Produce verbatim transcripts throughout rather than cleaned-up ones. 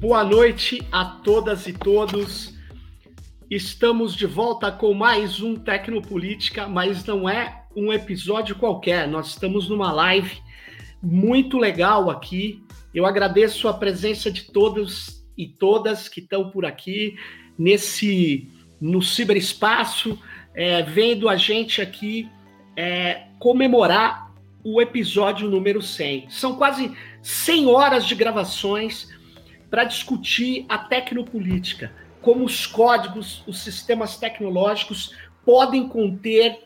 Boa noite a todas e todos. Estamos de volta com mais um Tecnopolítica, mas não é um episódio qualquer. Nós estamos numa live muito legal aqui. Eu agradeço a presença de todos e todas que estão por aqui nesse no ciberespaço, é, vendo a gente aqui é, comemorar o episódio número cem. São quase cem horas de gravações para discutir a tecnopolítica, como os códigos, os sistemas tecnológicos podem conter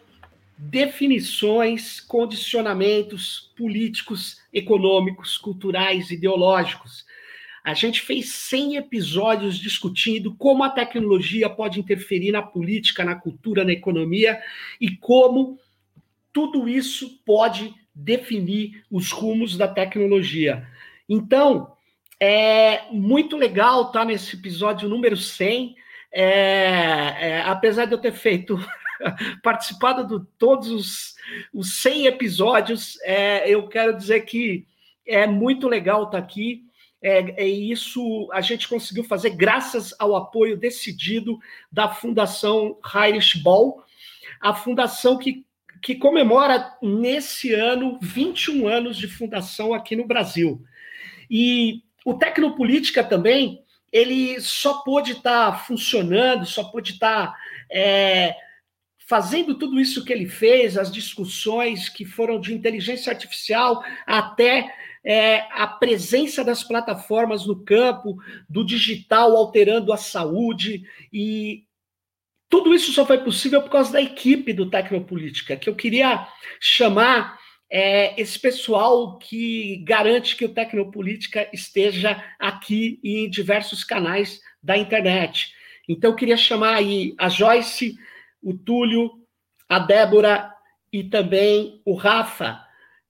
definições, condicionamentos políticos, econômicos, culturais, ideológicos. A gente fez cem episódios discutindo como a tecnologia pode interferir na política, na cultura, na economia e como tudo isso pode definir os rumos da tecnologia. Então, é muito legal estar nesse episódio número cem, é, é, apesar de eu ter feito, participado de todos os, os cem episódios, é, eu quero dizer que é muito legal estar aqui, é, é isso a gente conseguiu fazer graças ao apoio decidido da Fundação Heinrich Böll, a fundação que, que comemora nesse ano vinte e um anos de fundação aqui no Brasil. E o Tecnopolítica também, ele só pôde estar funcionando, só pôde estar é, fazendo tudo isso que ele fez, as discussões que foram de inteligência artificial até é, a presença das plataformas no campo, do digital alterando a saúde, e tudo isso só foi possível por causa da equipe do Tecnopolítica, que eu queria chamar É, esse pessoal que garante que o Tecnopolítica esteja aqui em diversos canais da internet. Então, eu queria chamar aí a Joyce, o Túlio, a Débora e também o Rafa.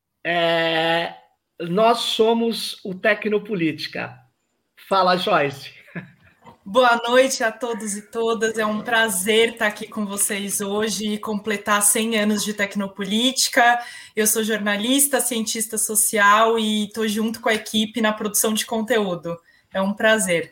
É, nós somos o Tecnopolítica. Fala, Joyce. Boa noite a todos e todas, é um prazer estar aqui com vocês hoje e completar cem anos de Tecnopolítica. Eu sou jornalista, cientista social e estou junto com a equipe na produção de conteúdo. É um prazer.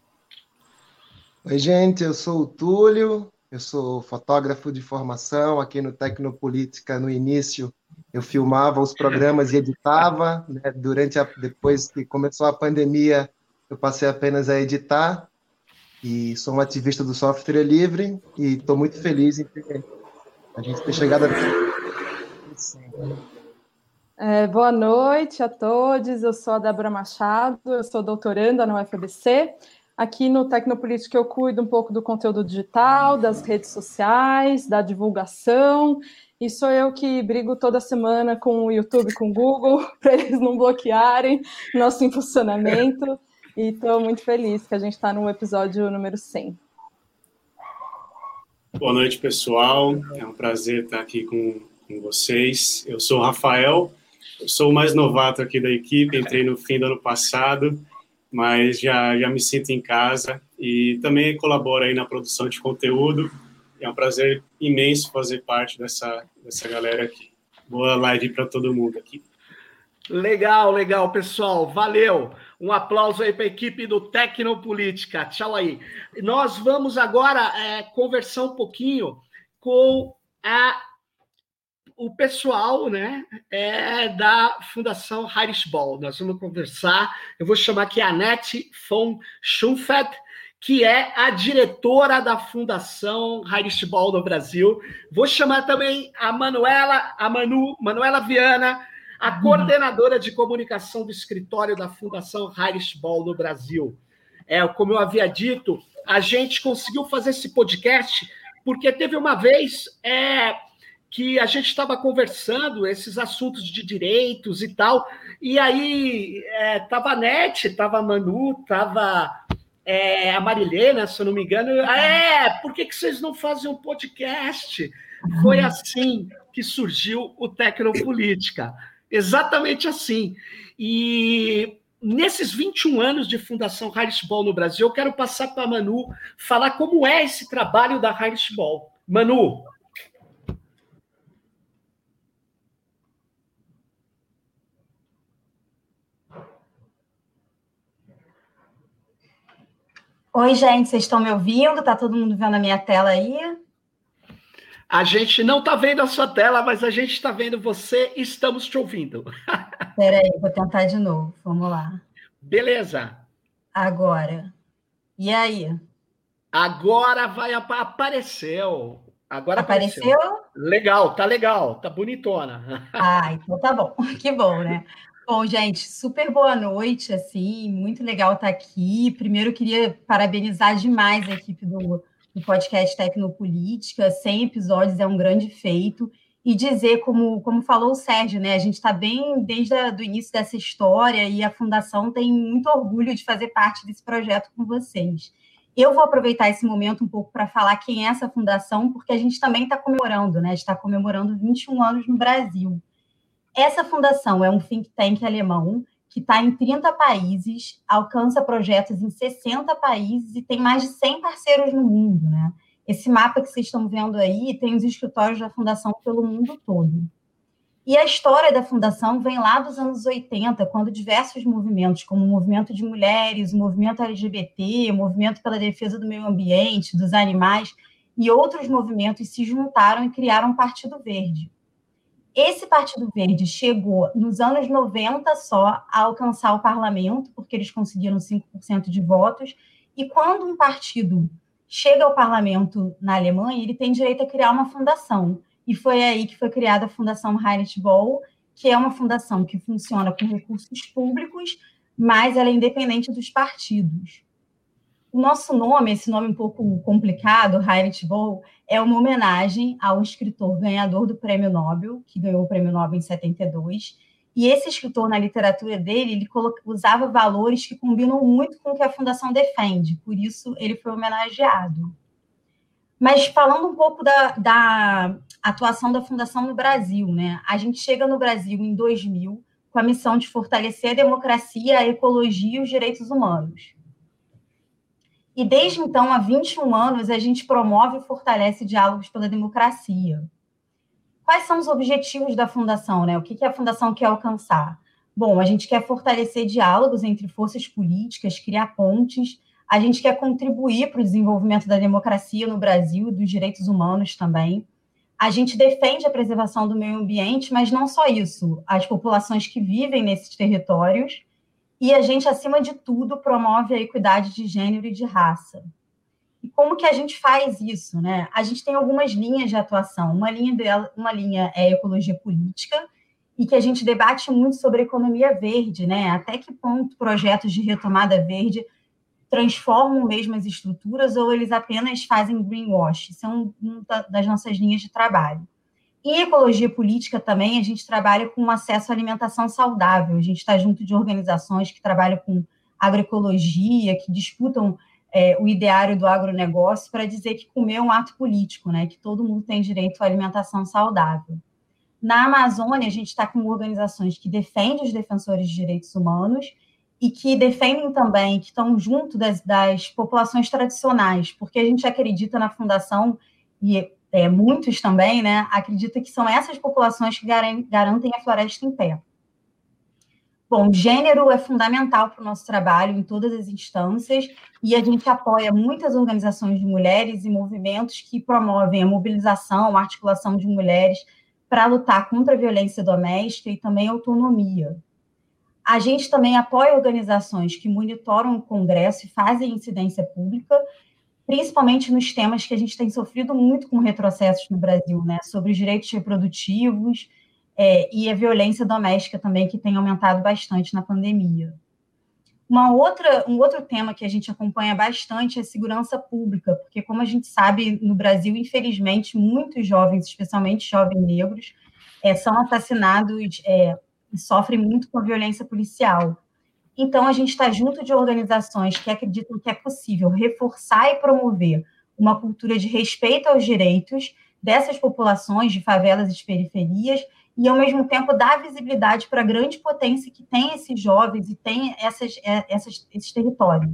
Oi, gente, eu sou o Túlio, eu sou fotógrafo de formação aqui no Tecnopolítica. No início eu filmava os programas e editava, né? Durante a, depois que começou a pandemia eu passei apenas a editar. E sou um ativista do software livre e estou muito feliz em ter, a gente ter chegado a... É, boa noite a todos, eu sou a Débora Machado, eu sou doutoranda na U F A B C. Aqui no Tecnopolítica eu cuido um pouco do conteúdo digital, das redes sociais, da divulgação, e sou eu que brigo toda semana com o YouTube, com o Google, para eles não bloquearem nosso funcionamento. E estou muito feliz que a gente está no episódio número cem. Boa noite, pessoal. É um prazer estar aqui com, com vocês. Eu sou o Rafael, eu sou o mais novato aqui da equipe, entrei no fim do ano passado, mas já, já me sinto em casa e também colaboro aí na produção de conteúdo. É um prazer imenso fazer parte dessa, dessa galera aqui. Boa live para todo mundo aqui. Legal, legal, pessoal. Valeu. Um aplauso aí para a equipe do Tecnopolítica. Tchau aí. Nós vamos agora é, conversar um pouquinho com a, o pessoal, né, é, da Fundação Heinrich Böll. Nós vamos conversar. Eu vou chamar aqui a Annette von Schönfeldt, que é a diretora da Fundação Heinrich Böll no Brasil. Vou chamar também a Manuela, a Manu, Manuela Viana, a coordenadora de comunicação do escritório da Fundação Heinrich Böll no Brasil. É, como eu havia dito, a gente conseguiu fazer esse podcast porque teve uma vez é, que a gente estava conversando esses assuntos de direitos e tal, e aí estava é, a Nete, estava a Manu, estava é, a Marilena, se eu não me engano. É, por que, que vocês não fazem um podcast? Foi assim que surgiu o Tecnopolítica. Exatamente assim. E nesses vinte e um anos de Fundação Heinrich Böll no Brasil, eu quero passar para a Manu falar como é esse trabalho da Heinrich Böll. Manu. Oi, gente, vocês estão me ouvindo? Tá todo mundo vendo a minha tela aí? A gente não está vendo a sua tela, mas a gente está vendo você e estamos te ouvindo. Espera aí, vou tentar de novo. Vamos lá. Beleza. Agora. E aí? Agora vai ap apareceu. Agora apareceu. apareceu. Legal, tá legal, tá bonitona. Ah, então tá bom. Que bom, né? Bom, gente, super boa noite, assim, muito legal estar aqui. Primeiro, eu queria parabenizar demais a equipe do, do podcast Tecnopolítica. cem episódios é um grande feito. E dizer, como, como falou o Sérgio, né? A gente está bem desde o início dessa história e a Fundação tem muito orgulho de fazer parte desse projeto com vocês. Eu vou aproveitar esse momento um pouco para falar quem é essa fundação, porque a gente também está comemorando, né? Está comemorando vinte e um anos no Brasil. Essa fundação é um think tank alemão que está em trinta países, alcança projetos em sessenta países e tem mais de cem parceiros no mundo, né? Esse mapa que vocês estão vendo aí tem os escritórios da fundação pelo mundo todo. E a história da fundação vem lá dos anos oitenta, quando diversos movimentos, como o movimento de mulheres, o movimento L G B T, o movimento pela defesa do meio ambiente, dos animais e outros movimentos se juntaram e criaram o Partido Verde. Esse Partido Verde chegou, nos anos noventa só, a alcançar o parlamento, porque eles conseguiram cinco por cento de votos, e quando um partido chega ao parlamento na Alemanha, ele tem direito a criar uma fundação. E foi aí que foi criada a Fundação Heinrich Böll, que é uma fundação que funciona com recursos públicos, mas ela é independente dos partidos. O nosso nome, esse nome um pouco complicado, Heinrich Böll, é uma homenagem ao escritor ganhador do Prêmio Nobel, que ganhou o Prêmio Nobel em setenta e dois, e esse escritor, na literatura dele, ele usava valores que combinam muito com o que a Fundação defende, por isso ele foi homenageado. Mas falando um pouco da, da atuação da Fundação no Brasil, né? A gente chega no Brasil em dois mil com a missão de fortalecer a democracia, a ecologia e os direitos humanos. E desde então, há vinte e um anos, a gente promove e fortalece diálogos pela democracia. Quais são os objetivos da Fundação, né? O que a Fundação quer alcançar? Bom, a gente quer fortalecer diálogos entre forças políticas, criar pontes. A gente quer contribuir para o desenvolvimento da democracia no Brasil e dos direitos humanos também. A gente defende a preservação do meio ambiente, mas não só isso, as populações que vivem nesses territórios. E a gente, acima de tudo, promove a equidade de gênero e de raça. E como que a gente faz isso, né? A gente tem algumas linhas de atuação. Uma linha, dela, uma linha é a ecologia política, e que a gente debate muito sobre economia verde, né? Até que ponto projetos de retomada verde transformam mesmo as estruturas ou eles apenas fazem greenwash. Isso é uma das nossas linhas de trabalho. Em ecologia política também, a gente trabalha com acesso à alimentação saudável. A gente está junto de organizações que trabalham com agroecologia, que disputam é, o ideário do agronegócio para dizer que comer é um ato político, né? Que todo mundo tem direito à alimentação saudável. Na Amazônia, a gente está com organizações que defendem os defensores de direitos humanos e que defendem também, que estão junto das, das populações tradicionais, porque a gente acredita na fundação, e é, muitos também, né, acreditam que são essas populações que garantem a floresta em pé. Bom, gênero é fundamental para o nosso trabalho em todas as instâncias, e a gente apoia muitas organizações de mulheres e movimentos que promovem a mobilização, a articulação de mulheres para lutar contra a violência doméstica e também a autonomia. A gente também apoia organizações que monitoram o Congresso e fazem incidência pública, principalmente nos temas que a gente tem sofrido muito com retrocessos no Brasil, né? Sobre os direitos reprodutivos é, e a violência doméstica também, que tem aumentado bastante na pandemia. Uma outra, um outro tema que a gente acompanha bastante é a segurança pública, porque, como a gente sabe, no Brasil, infelizmente, muitos jovens, especialmente jovens negros, é, são assassinados é, e sofrem muito com a violência policial. Então, a gente está junto de organizações que acreditam que é possível reforçar e promover uma cultura de respeito aos direitos dessas populações de favelas e de periferias e, ao mesmo tempo, dar visibilidade para a grande potência que tem esses jovens e tem essas, essas, esses territórios.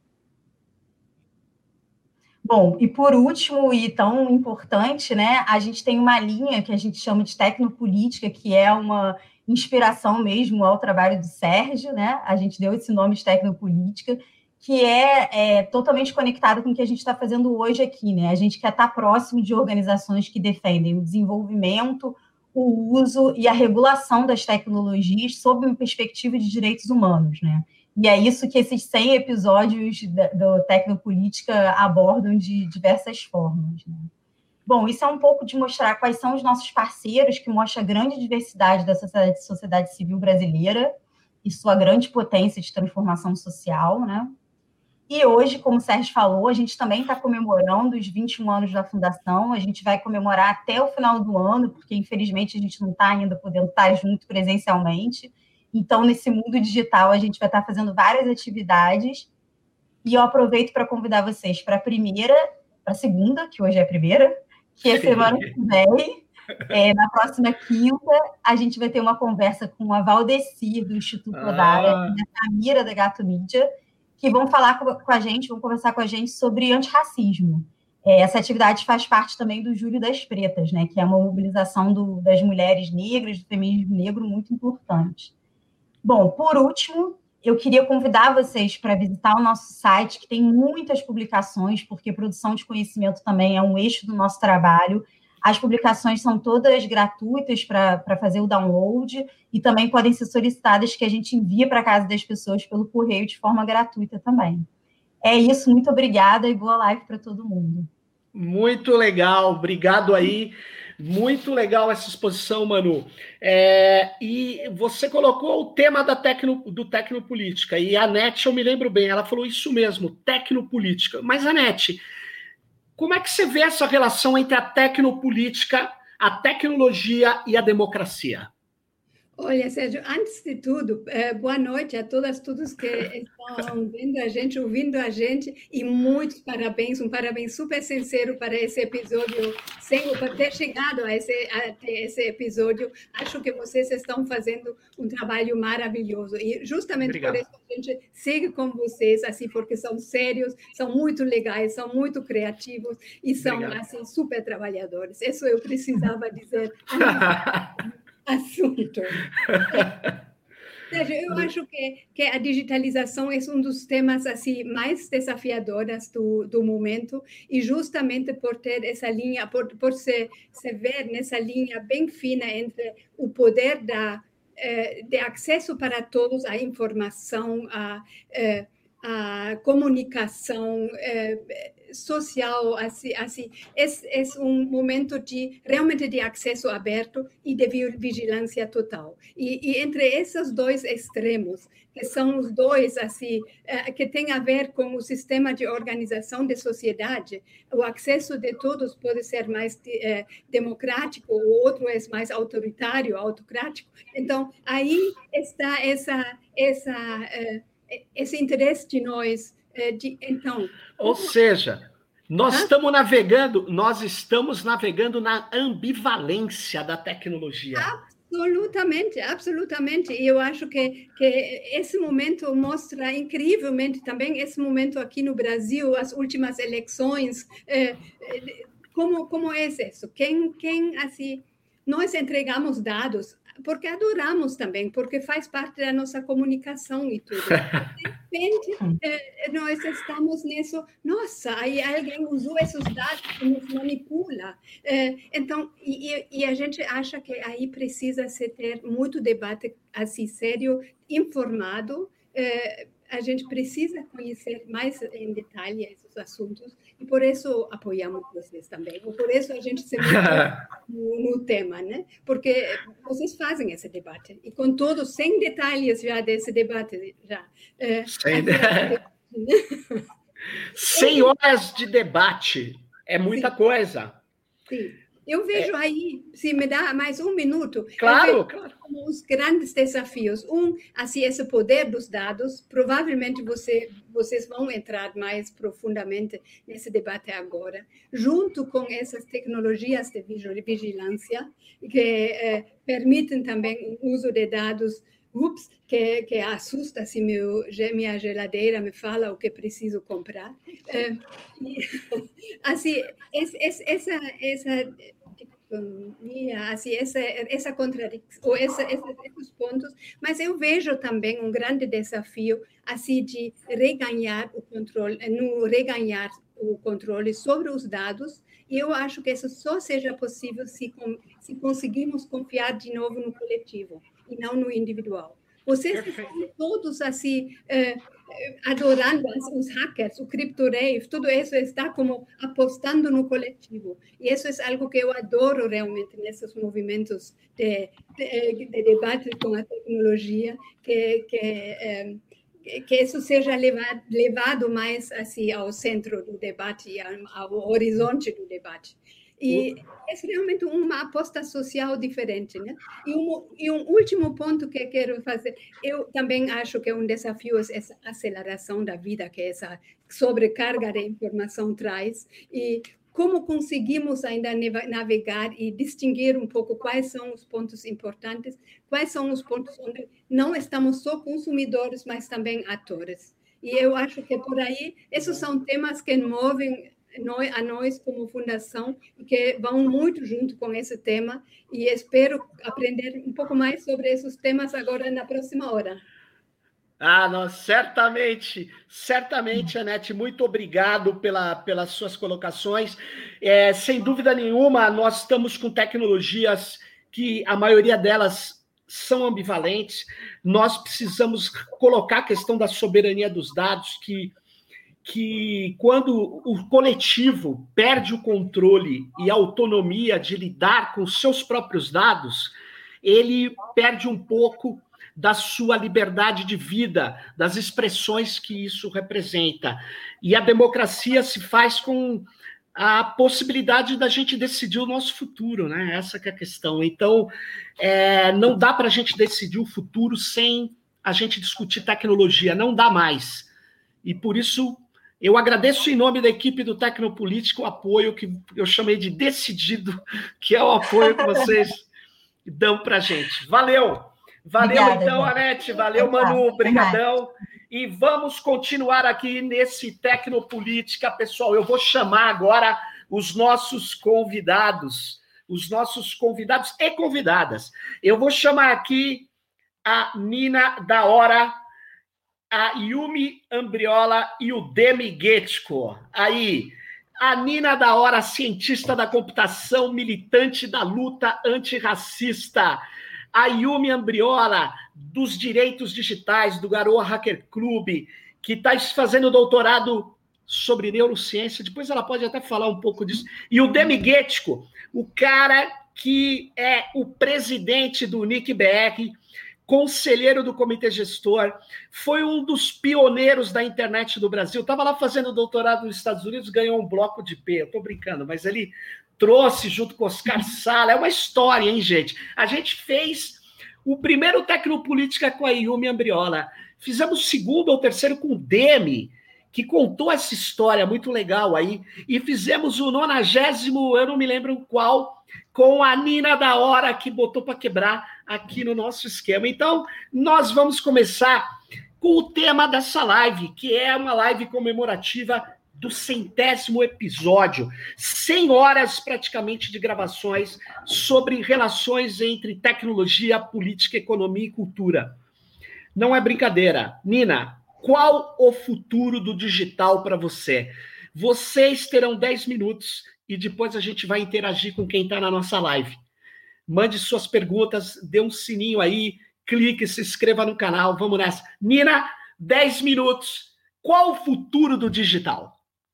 Bom, e por último, e tão importante, né, a gente tem uma linha que a gente chama de tecnopolítica, que é uma inspiração mesmo ao trabalho do Sérgio, né? A gente deu esse nome de tecnopolítica, que é, é totalmente conectado com o que a gente está fazendo hoje aqui, né? A gente quer estar próximo de organizações que defendem o desenvolvimento, o uso e a regulação das tecnologias sob uma perspectiva de direitos humanos, né? E é isso que esses cem episódios do Tecnopolítica abordam de diversas formas, né? Bom, isso é um pouco de mostrar quais são os nossos parceiros, que mostra a grande diversidade da sociedade, sociedade civil brasileira e sua grande potência de transformação social, né? E hoje, como o Sérgio falou, a gente também está comemorando os vinte e um anos da fundação. A gente vai comemorar até o final do ano, porque, infelizmente, a gente não está ainda podendo estar junto presencialmente. Então, nesse mundo digital, a gente vai estar fazendo várias atividades. E eu aproveito para convidar vocês para a primeira, para a segunda, que hoje é a primeira, que é semana que vem. É, na próxima quinta, a gente vai ter uma conversa com a Valdecir, do Instituto Ah. Odara, e a Samira, da Gato Mídia, que vão falar com a gente, vão conversar com a gente sobre antirracismo. É, essa atividade faz parte também do Júlio das Pretas, né, que é uma mobilização do, das mulheres negras, do feminismo negro, muito importante. Bom, por último, eu queria convidar vocês para visitar o nosso site, que tem muitas publicações, porque produção de conhecimento também é um eixo do nosso trabalho. As publicações são todas gratuitas para fazer o download e também podem ser solicitadas que a gente envie para a casa das pessoas pelo correio de forma gratuita também. É isso, muito obrigada e boa live para todo mundo. Muito legal, obrigado aí. Muito legal essa exposição, Manu. É, e você colocou o tema da tecno, do Tecnopolítica, e a Nete, eu me lembro bem, ela falou isso mesmo, Tecnopolítica. Mas, a Nete, como é que você vê essa relação entre a tecnopolítica, a tecnologia e a democracia? Olha, Sérgio, antes de tudo, boa noite a todas, todos que estão vendo a gente, ouvindo a gente, e muitos parabéns, um parabéns super sincero para esse episódio, sem ter chegado a esse, a esse episódio. Acho que vocês estão fazendo um trabalho maravilhoso, e justamente Obrigado. Por isso a gente segue com vocês, assim, porque são sérios, são muito legais, são muito criativos, e são, Obrigado. Assim, super trabalhadores. Isso eu precisava dizer. Assunto. Sérgio, eu acho que, que a digitalização é um dos temas assim, mais desafiadores do, do momento, e justamente por ter essa linha, por, por se, se ver nessa linha bem fina entre o poder da, eh, de acesso para todos à informação, à, eh, à comunicação eh, social, assim, assim é, é um momento de realmente de acesso aberto e de vigilância total. E, e entre esses dois extremos, que são os dois assim que tem a ver com o sistema de organização de sociedade, o acesso de todos pode ser mais é, democrático, o outro é mais autoritário, autocrático. Então aí está essa essa é, esse interesse de nós. De, então, ou seja, nós Hã? estamos navegando, nós estamos navegando na ambivalência da tecnologia. Absolutamente, absolutamente. E eu acho que, que esse momento mostra incrivelmente também esse momento aqui no Brasil, as últimas eleições, eh, como como é isso? Quem quem assim nós entregamos dados porque adoramos também, porque faz parte da nossa comunicação e tudo. De repente, eh, nós estamos nisso, nossa, aí alguém usou esses dados e nos manipula. Eh, então, e, e a gente acha que aí precisa se ter muito debate assim, sério, informado. Eh, a gente precisa conhecer mais em detalhe esses assuntos, e por isso apoiamos vocês também, ou por isso a gente se mete no, no tema, né? Porque vocês fazem esse debate, e com todos, sem detalhes já desse debate, já. É, sem cem horas de debate, é muita Sim. coisa. Sim. Eu vejo é. aí, se me dá mais um minuto, claro, claro. Como os grandes desafios. Um, assim, esse poder dos dados, provavelmente você, vocês vão entrar mais profundamente nesse debate agora, junto com essas tecnologias de vigilância, que eh, permitem também o uso de dados. Ups, que, que assusta se meu, minha geladeira me fala o que preciso comprar. É, e, assim, essa, essa, essa com assim, essa, essa contradição, ou essa, essa, esses pontos, mas eu vejo também um grande desafio assim, de reganhar o controle, no reganhar o controle sobre os dados, e eu acho que isso só seja possível se, se conseguirmos confiar de novo no coletivo e não no individual. Vocês estão todos assim, eh, adorando os hackers, o CryptoRave, tudo isso está como apostando no coletivo. E isso é algo que eu adoro realmente nesses movimentos de, de, de debate com a tecnologia, que, que, eh, que isso seja levado, levado mais assim, ao centro do debate, ao, ao horizonte do debate. E é realmente uma aposta social diferente, né? E um, e um último ponto que eu quero fazer, eu também acho que é um desafio essa aceleração da vida que essa sobrecarga de informação traz, e como conseguimos ainda navegar e distinguir um pouco quais são os pontos importantes, quais são os pontos onde não estamos só consumidores, mas também atores. E eu acho que por aí, esses são temas que movem a nós como fundação, que vão muito junto com esse tema, e espero aprender um pouco mais sobre esses temas agora na próxima hora. Ah, não, certamente, certamente, Anete, muito obrigado pela, pelas suas colocações. É, sem dúvida nenhuma, nós estamos com tecnologias que a maioria delas são ambivalentes. Nós precisamos colocar a questão da soberania dos dados, que que quando o coletivo perde o controle e a autonomia de lidar com seus próprios dados, ele perde um pouco da sua liberdade de vida, das expressões que isso representa. E a democracia se faz com a possibilidade da gente decidir o nosso futuro, né? Essa que é a questão. Então, é, não dá para a gente decidir o futuro sem a gente discutir tecnologia, não dá mais. E por isso eu agradeço em nome da equipe do Tecnopolítica o apoio que eu chamei de decidido, que é o apoio que vocês dão para a gente. Valeu! Valeu, obrigada, então, gente. Anete. Valeu, Manu. Obrigadão. E vamos continuar aqui nesse Tecnopolítica, pessoal. Eu vou chamar agora os nossos convidados, os nossos convidados e convidadas. Eu vou chamar aqui a Nina da Hora, a Yumi Ambriola e o Demi Getko. Aí, a Nina da Hora, cientista da computação, militante da luta antirracista. A Yumi Ambriola, dos direitos digitais, do Garoa Hacker Club, que está fazendo doutorado sobre neurociência. Depois ela pode até falar um pouco disso. E o Demi Getko, o cara que é o presidente do N I C B R, conselheiro do comitê gestor, foi um dos pioneiros da internet do Brasil. Estava lá fazendo doutorado nos Estados Unidos, ganhou um bloco de P. Eu estou brincando, mas ele trouxe junto com Oscar Sala. É uma história, hein, gente? A gente fez o primeiro Tecnopolítica com a Yumi Ambriola. Fizemos o segundo ou terceiro com o Demi, que contou essa história muito legal aí. E fizemos o nonagésimo, eu não me lembro qual, com a Nina da Hora, que botou para quebrar aqui no nosso esquema. Então, nós vamos começar com o tema dessa live, que é uma live comemorativa do centésimo episódio. cem horas praticamente de gravações sobre relações entre tecnologia, política, economia e cultura. Não é brincadeira. Nina, qual o futuro do digital para você? Vocês terão dez minutos e depois a gente vai interagir com quem está na nossa live. Mande suas perguntas, dê um sininho aí, clique, se inscreva no canal, vamos nessa. Nina, dez minutos. Qual o futuro do digital?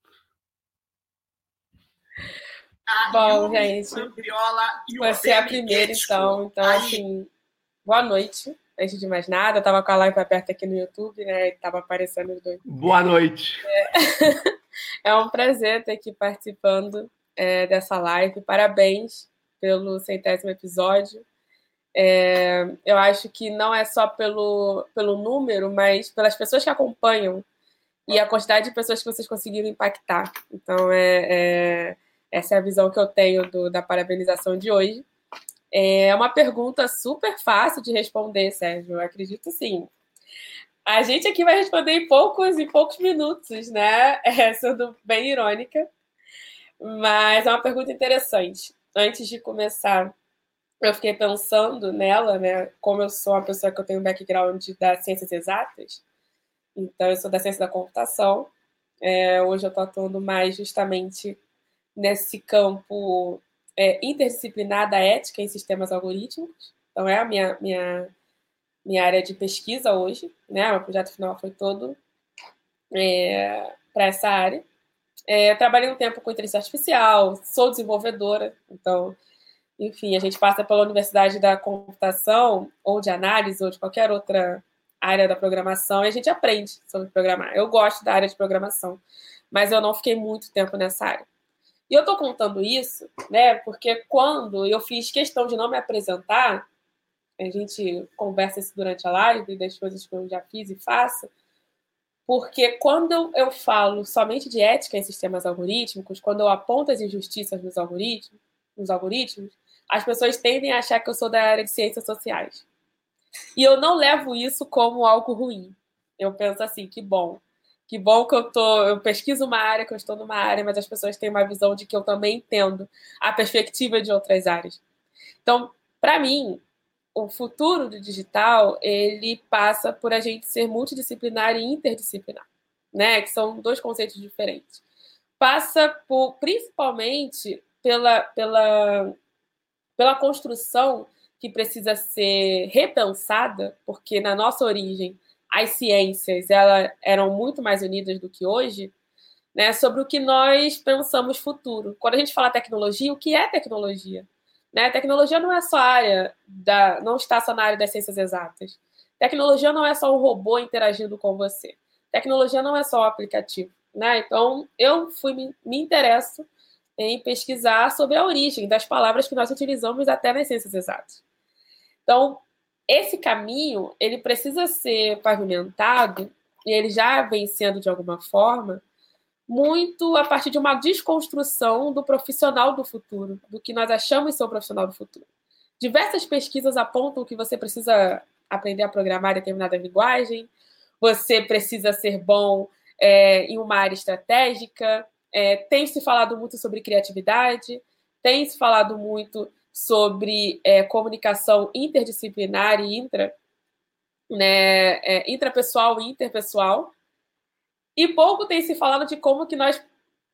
Bom, gente, você é a primeira, então. Então, assim, boa noite. Antes de mais nada, eu estava com a live aberta aqui no YouTube, né? Estava aparecendo os dois. Boa noite. É, é um prazer estar aqui participando é, dessa live. Parabéns pelo centésimo episódio. É, eu acho que não é só pelo, pelo número, mas pelas pessoas que acompanham e a quantidade de pessoas que vocês conseguiram impactar. Então, é, é, essa é a visão que eu tenho do, da parabenização de hoje. É uma pergunta super fácil de responder, Sérgio. Eu acredito sim. A gente aqui vai responder em poucos, em poucos minutos, né? É, sendo bem irônica. Mas é uma pergunta interessante. antes de começar, eu fiquei pensando nela, né? Como eu sou uma pessoa que eu tenho um background das ciências exatas, então eu sou da ciência da computação. É, hoje eu estou atuando mais justamente nesse campo é, interdisciplinar da ética em sistemas algorítmicos. Então é a minha, minha, minha área de pesquisa hoje, né? O projeto final foi todo é, para essa área. É, eu trabalhei um tempo com inteligência artificial, sou desenvolvedora, então, enfim, a gente passa pela Universidade da Computação, ou de análise, ou de qualquer outra área da programação, e a gente aprende sobre programar. Eu gosto da área de programação, mas eu não fiquei muito tempo nessa área. E eu estou contando isso, né, porque quando eu fiz questão de não me apresentar, a gente conversa isso durante a live, das coisas que eu já fiz e faço, porque quando eu falo somente de ética em sistemas algorítmicos, quando eu aponto as injustiças nos algoritmos, nos algoritmos, as pessoas tendem a achar que eu sou da área de ciências sociais. E eu não levo isso como algo ruim. Eu penso assim, que bom. Que bom que eu, tô, eu pesquiso uma área, que eu estou numa área, mas as pessoas têm uma visão de que eu também entendo a perspectiva de outras áreas. Então, para mim, o futuro do digital, ele passa por a gente ser multidisciplinar e interdisciplinar, né? Que são dois conceitos diferentes. Passa por, principalmente pela, pela, pela construção que precisa ser repensada, porque na nossa origem as ciências elas eram muito mais unidas do que hoje, né? Sobre o que nós pensamos futuro. Quando a gente fala tecnologia, o que é tecnologia? Né? Tecnologia não é só a área da, não está só na área das ciências exatas. Tecnologia não é só um robô interagindo com você. Tecnologia não é só um aplicativo, né? Então, eu fui me, me interesso em pesquisar sobre a origem das palavras que nós utilizamos até nas ciências exatas. Então, esse caminho, ele precisa ser pavimentado, e ele já vem sendo de alguma forma, muito a partir de uma desconstrução do profissional do futuro, do que nós achamos ser o profissional do futuro. Diversas pesquisas apontam que você precisa aprender a programar determinada linguagem, você precisa ser bom é, em uma área estratégica, é, tem se falado muito sobre criatividade, tem se falado muito sobre é, comunicação interdisciplinar e intra, né, é, intrapessoal e interpessoal, e pouco tem se falado de como que nós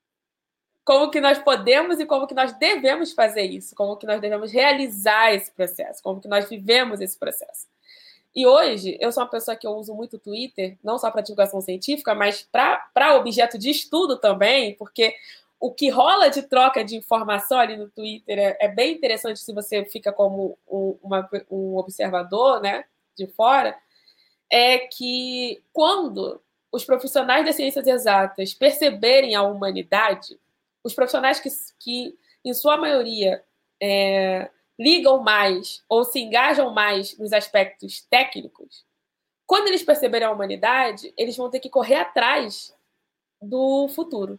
como que nós podemos e como que nós devemos fazer isso, como que nós devemos realizar esse processo, como que nós vivemos esse processo. E hoje, eu sou uma pessoa que eu uso muito o Twitter, não só para divulgação científica, mas para objeto de estudo também, porque o que rola de troca de informação ali no Twitter é, é bem interessante se você fica como um, uma, um observador, né, de fora, é que quando os profissionais das ciências exatas perceberem a humanidade, os profissionais que, que em sua maioria, é, ligam mais ou se engajam mais nos aspectos técnicos, quando eles perceberem a humanidade, eles vão ter que correr atrás do futuro.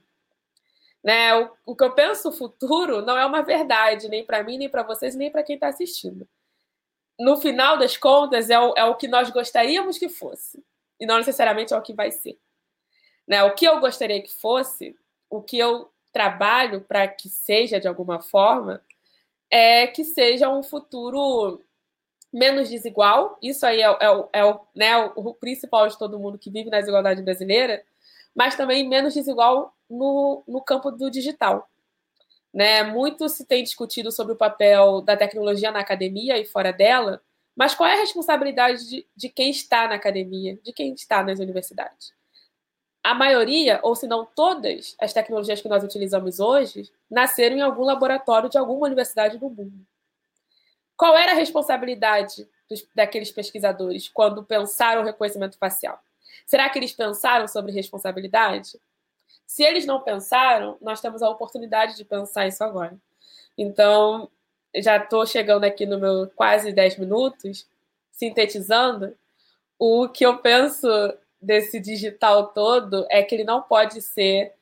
Né? O, o que eu penso o futuro não é uma verdade, nem para mim, nem para vocês, nem para quem está assistindo. No final das contas, é o, é o que nós gostaríamos que fosse, e não necessariamente é o que vai ser. Né? O que eu gostaria que fosse, o que eu trabalho para que seja de alguma forma, é que seja um futuro menos desigual. Isso aí é, é, é, o, né, o principal de todo mundo que vive na desigualdade brasileira, mas também menos desigual no, no campo do digital. Né? Muito se tem discutido sobre o papel da tecnologia na academia e fora dela, mas qual é a responsabilidade de, de quem está na academia, de quem está nas universidades? A maioria, ou se não todas, as tecnologias que nós utilizamos hoje nasceram em algum laboratório de alguma universidade do mundo. Qual era a responsabilidade dos, daqueles pesquisadores quando pensaram o reconhecimento facial? Será que eles pensaram sobre responsabilidade? Se eles não pensaram, nós temos a oportunidade de pensar isso agora. Então, já estou chegando aqui no meu quase dez minutos, sintetizando, o que eu penso desse digital todo é que ele não pode ser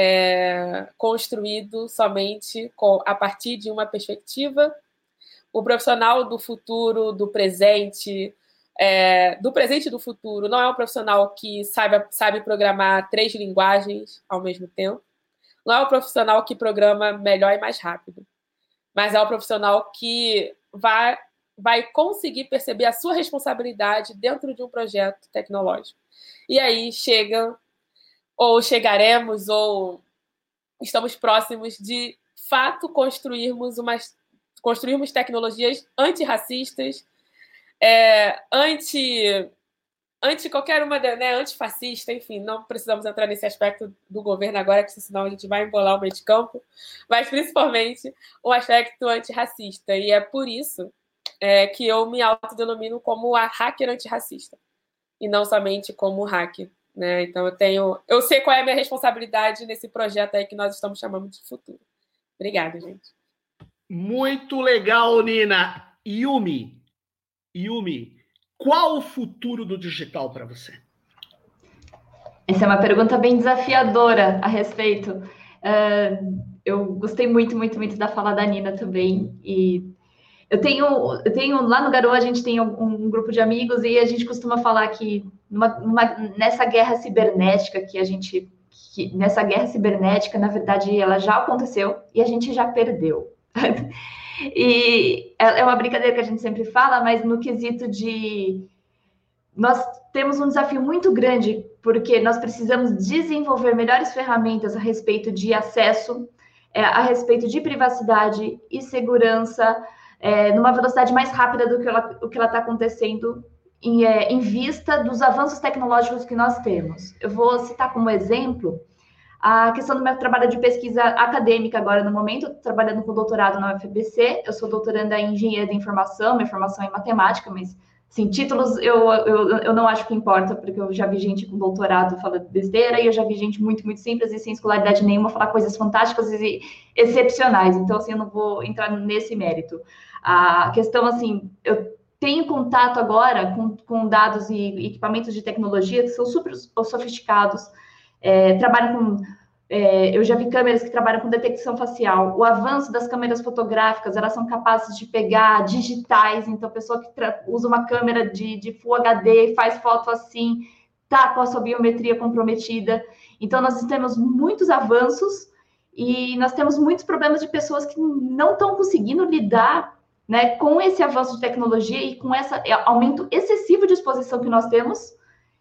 é, construído somente com, a partir de uma perspectiva. O profissional do futuro, do presente, é, do presente e do futuro, não é um profissional que sabe, sabe programar três linguagens ao mesmo tempo. Não é um profissional que programa melhor e mais rápido. mas é o profissional que vai, vai conseguir perceber a sua responsabilidade dentro de um projeto tecnológico. E aí chega, ou chegaremos, ou estamos próximos de fato construirmos, umas, construirmos tecnologias antirracistas, é, anti... anti qualquer uma, né, antifascista, enfim, não precisamos entrar nesse aspecto do governo agora, porque senão a gente vai embolar o meio de campo, mas principalmente o aspecto antirracista. E é por isso é, que eu me autodenomino como a hacker antirracista, e não somente como hacker, né? Então eu tenho, eu sei qual é a minha responsabilidade nesse projeto aí que nós estamos chamando de futuro. Obrigada, gente. Muito legal, Nina. Yumi, Yumi, qual o futuro do digital para você? Essa é uma pergunta bem desafiadora a respeito. Uh, eu gostei muito, muito, muito da fala da Nina também. E eu tenho, eu tenho lá no Garoa, a gente tem um, um grupo de amigos e a gente costuma falar que numa, numa, nessa guerra cibernética que a gente... Que nessa guerra cibernética, na verdade, ela já aconteceu e a gente já perdeu. E é uma brincadeira que a gente sempre fala, mas no quesito de... Nós temos um desafio muito grande, porque nós precisamos desenvolver melhores ferramentas a respeito de acesso, é, a respeito de privacidade e segurança, é, numa velocidade mais rápida do que ela o que ela está acontecendo, em, é, em vista dos avanços tecnológicos que nós temos. Eu vou citar como exemplo a questão do meu trabalho de pesquisa acadêmica agora, no momento, eu tô trabalhando com doutorado na U F B C, eu sou doutoranda em engenharia de informação, minha formação é em matemática, mas, assim, títulos eu, eu, eu não acho que importa, porque eu já vi gente com doutorado falando besteira, e eu já vi gente muito, muito simples e sem escolaridade nenhuma falar coisas fantásticas e excepcionais, então, assim, eu não vou entrar nesse mérito. A questão, assim, eu tenho contato agora com, com dados e equipamentos de tecnologia que são super sofisticados. É, trabalham com, é, eu já vi câmeras que trabalham com detecção facial. O avanço das câmeras fotográficas, elas são capazes de pegar digitais, então a pessoa que usa uma câmera de, de Full H D, faz foto assim, tá com a sua biometria comprometida. Então nós temos muitos avanços e nós temos muitos problemas de pessoas que não estão conseguindo lidar, né, com esse avanço de tecnologia e com esse aumento excessivo de exposição que nós temos.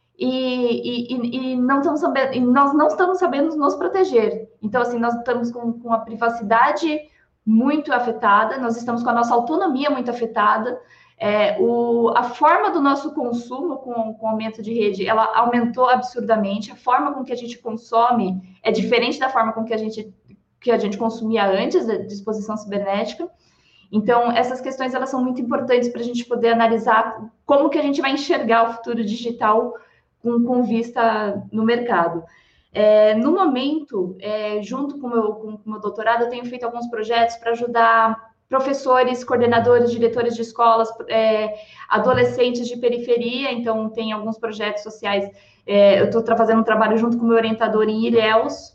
E, e, e, não estamos sabendo, e nós não estamos sabendo nos proteger. Então, assim, nós estamos com, com a privacidade muito afetada, nós estamos com a nossa autonomia muito afetada, é, o, a forma do nosso consumo com, com o aumento de rede, ela aumentou absurdamente, a forma com que a gente consome é diferente da forma com que a gente, que a gente consumia antes da exposição cibernética. Então, essas questões, elas são muito importantes para a gente poder analisar como que a gente vai enxergar o futuro digital Com, com vista no mercado. É, no momento, é, junto com o meu, com, com meu doutorado, eu tenho feito alguns projetos para ajudar professores, coordenadores, diretores de escolas, é, adolescentes de periferia, então tem alguns projetos sociais. É, eu estou fazendo um trabalho junto com o meu orientador em Ilhéus,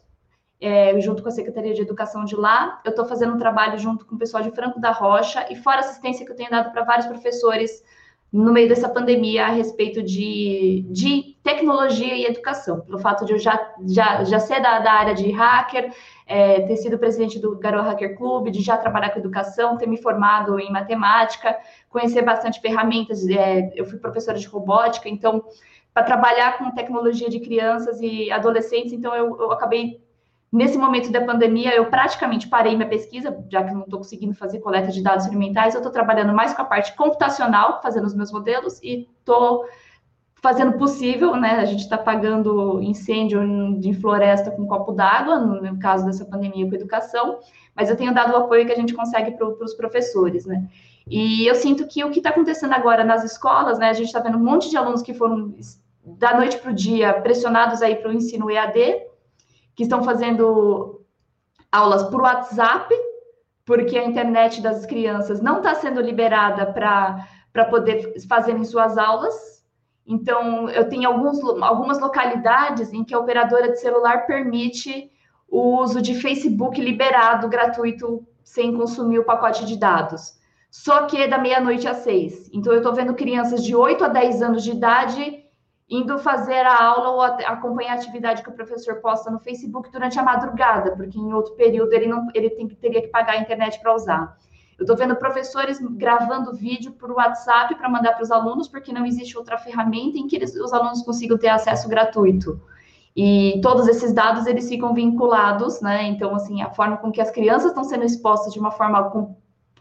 é, junto com a Secretaria de Educação de lá. Eu estou fazendo um trabalho junto com o pessoal de Franco da Rocha, e fora assistência que eu tenho dado para vários professores no meio dessa pandemia a respeito de, de tecnologia e educação, pelo fato de eu já, já, já ser da, da área de hacker, é, ter sido presidente do Garoa Hacker Club, de já trabalhar com educação, ter me formado em matemática, conhecer bastante ferramentas, é, eu fui professora de robótica, então, para trabalhar com tecnologia de crianças e adolescentes, então eu, eu acabei... Nesse momento da pandemia, eu praticamente parei minha pesquisa, já que eu não estou conseguindo fazer coleta de dados experimentais, eu estou trabalhando mais com a parte computacional, fazendo os meus modelos, e estou fazendo possível, né? A gente está apagando incêndio de floresta com um copo d'água, no caso dessa pandemia com educação, mas eu tenho dado o apoio que a gente consegue para os professores, né? E eu sinto que o que está acontecendo agora nas escolas, né? A gente está vendo um monte de alunos que foram, da noite para o dia, pressionados aí para o ensino E A D, que estão fazendo aulas por WhatsApp, porque a internet das crianças não está sendo liberada para poder fazer em suas aulas. Então, eu tenho alguns, algumas localidades em que a operadora de celular permite o uso de Facebook liberado, gratuito, sem consumir o pacote de dados. Só que é da meia-noite às seis. Então, eu estou vendo crianças de oito a dez anos de idade indo fazer a aula ou acompanhar a atividade que o professor posta no Facebook durante a madrugada, porque em outro período ele, não, ele tem, teria que pagar a internet para usar. Eu estou vendo professores gravando vídeo por WhatsApp para mandar para os alunos, porque não existe outra ferramenta em que eles, os alunos consigam ter acesso gratuito. E todos esses dados, eles ficam vinculados, né? Então, assim, a forma com que as crianças estão sendo expostas de uma forma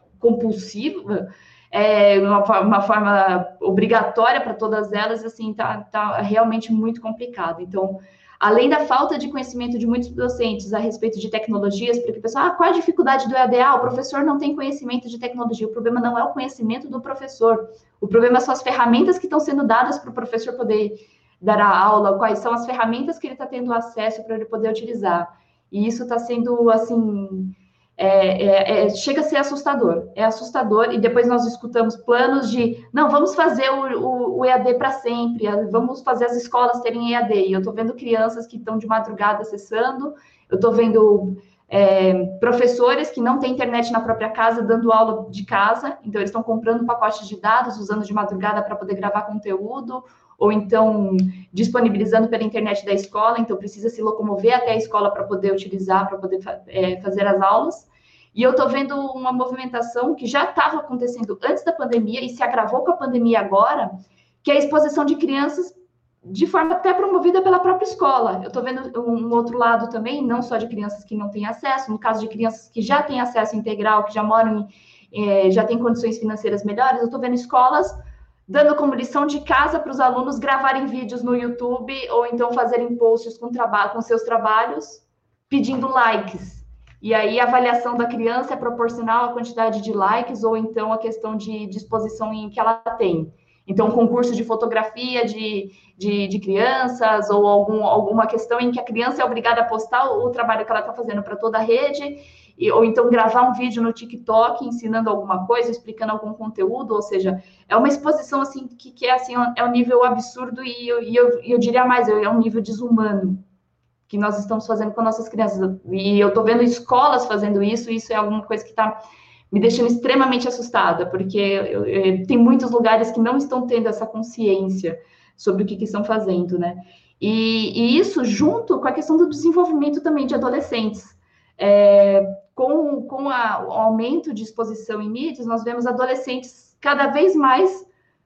compulsiva, é, uma, uma forma obrigatória para todas elas, assim, tá, tá realmente muito complicado. Então, além da falta de conhecimento de muitos docentes a respeito de tecnologias, porque o pessoal, ah, qual a dificuldade do E A D? Ah, o professor não tem conhecimento de tecnologia. O problema não é o conhecimento do professor. O problema são as ferramentas que estão sendo dadas para o professor poder dar a aula, quais são as ferramentas que ele está tendo acesso para ele poder utilizar. E isso está sendo, assim, é, é, é, chega a ser assustador. É assustador, e depois nós escutamos planos de, não, vamos fazer o, o, o E A D para sempre, vamos fazer as escolas terem E A D. E eu estou vendo crianças que estão de madrugada acessando, eu estou vendo é, professores que não têm internet na própria casa, dando aula de casa, então eles estão comprando pacotes de dados, usando de madrugada para poder gravar conteúdo, ou então disponibilizando pela internet da escola, então precisa se locomover até a escola para poder utilizar, para poder é, fazer as aulas. E eu estou vendo uma movimentação que já estava acontecendo antes da pandemia e se agravou com a pandemia agora, que é a exposição de crianças de forma até promovida pela própria escola. Eu estou vendo um outro lado também, não só de crianças que não têm acesso, no caso de crianças que já têm acesso integral, que já moram em, é, já têm condições financeiras melhores, eu estou vendo escolas dando como lição de casa para os alunos gravarem vídeos no YouTube ou então fazerem posts com, trabalho, com seus trabalhos, pedindo likes. E aí a avaliação da criança é proporcional à quantidade de likes ou então a questão de disposição em que ela tem. Então, um concurso de fotografia de, de, de crianças ou algum, alguma questão em que a criança é obrigada a postar o, o trabalho que ela está fazendo para toda a rede, e, ou então gravar um vídeo no TikTok ensinando alguma coisa, explicando algum conteúdo, ou seja, é uma exposição assim que, que é, assim, é um nível absurdo e eu, e eu, eu diria mais, é um nível desumano que nós estamos fazendo com nossas crianças. E eu estou vendo escolas fazendo isso, e isso é alguma coisa que está me deixando extremamente assustada, porque eu, eu, tem muitos lugares que não estão tendo essa consciência sobre o que, que estão fazendo, né? E, e isso junto com a questão do desenvolvimento também de adolescentes. É, com com a, o aumento de exposição em mídias, nós vemos adolescentes cada vez mais...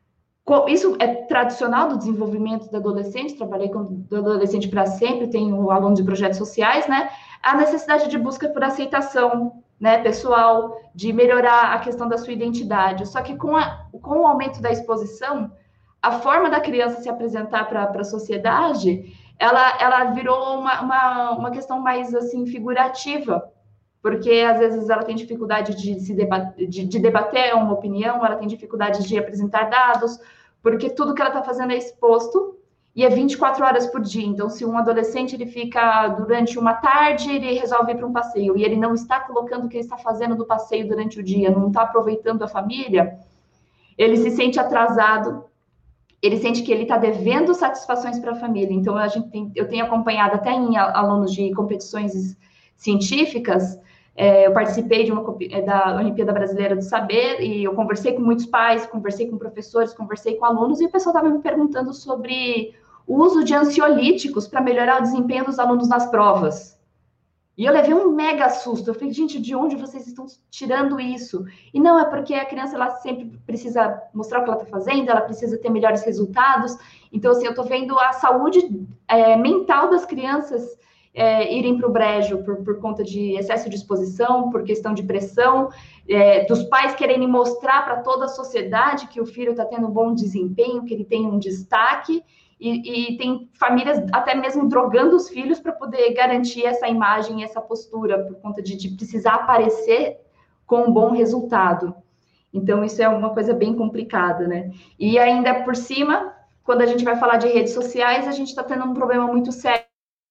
Isso é tradicional do desenvolvimento do adolescente, trabalhei com do adolescente para sempre, tenho alunos de projetos sociais, né? A necessidade de busca por aceitação, né, pessoal, de melhorar a questão da sua identidade. Só que com, a, com o aumento da exposição, a forma da criança se apresentar para a sociedade, ela, ela virou uma, uma, uma questão mais, assim, figurativa, porque, às vezes, ela tem dificuldade de, se debater, de, de debater uma opinião, ela tem dificuldade de apresentar dados, porque tudo que ela está fazendo é exposto, e é vinte e quatro horas por dia. Então, se um adolescente ele fica durante uma tarde, ele resolve ir para um passeio, e ele não está colocando o que ele está fazendo do passeio durante o dia, não está aproveitando a família, ele se sente atrasado, ele sente que ele está devendo satisfações para a família. Então, a gente tem, eu tenho acompanhado até em alunos de competições científicas, é, eu participei de uma, da Olimpíada Brasileira do Saber, e eu conversei com muitos pais, conversei com professores, conversei com alunos, e o pessoal estava me perguntando sobre o uso de ansiolíticos para melhorar o desempenho dos alunos nas provas. E eu levei um mega susto. Eu falei, gente, de onde vocês estão tirando isso? E não, é porque a criança ela sempre precisa mostrar o que ela está fazendo, ela precisa ter melhores resultados. Então, assim, eu estou vendo a saúde é, mental das crianças É, irem para o brejo por, por conta de excesso de exposição, por questão de pressão, é, dos pais quererem mostrar para toda a sociedade que o filho está tendo um bom desempenho, que ele tem um destaque, e, e tem famílias até mesmo drogando os filhos para poder garantir essa imagem, essa postura, por conta de, de precisar aparecer com um bom resultado. Então, isso é uma coisa bem complicada, né? E ainda por cima, quando a gente vai falar de redes sociais, a gente está tendo um problema muito sério.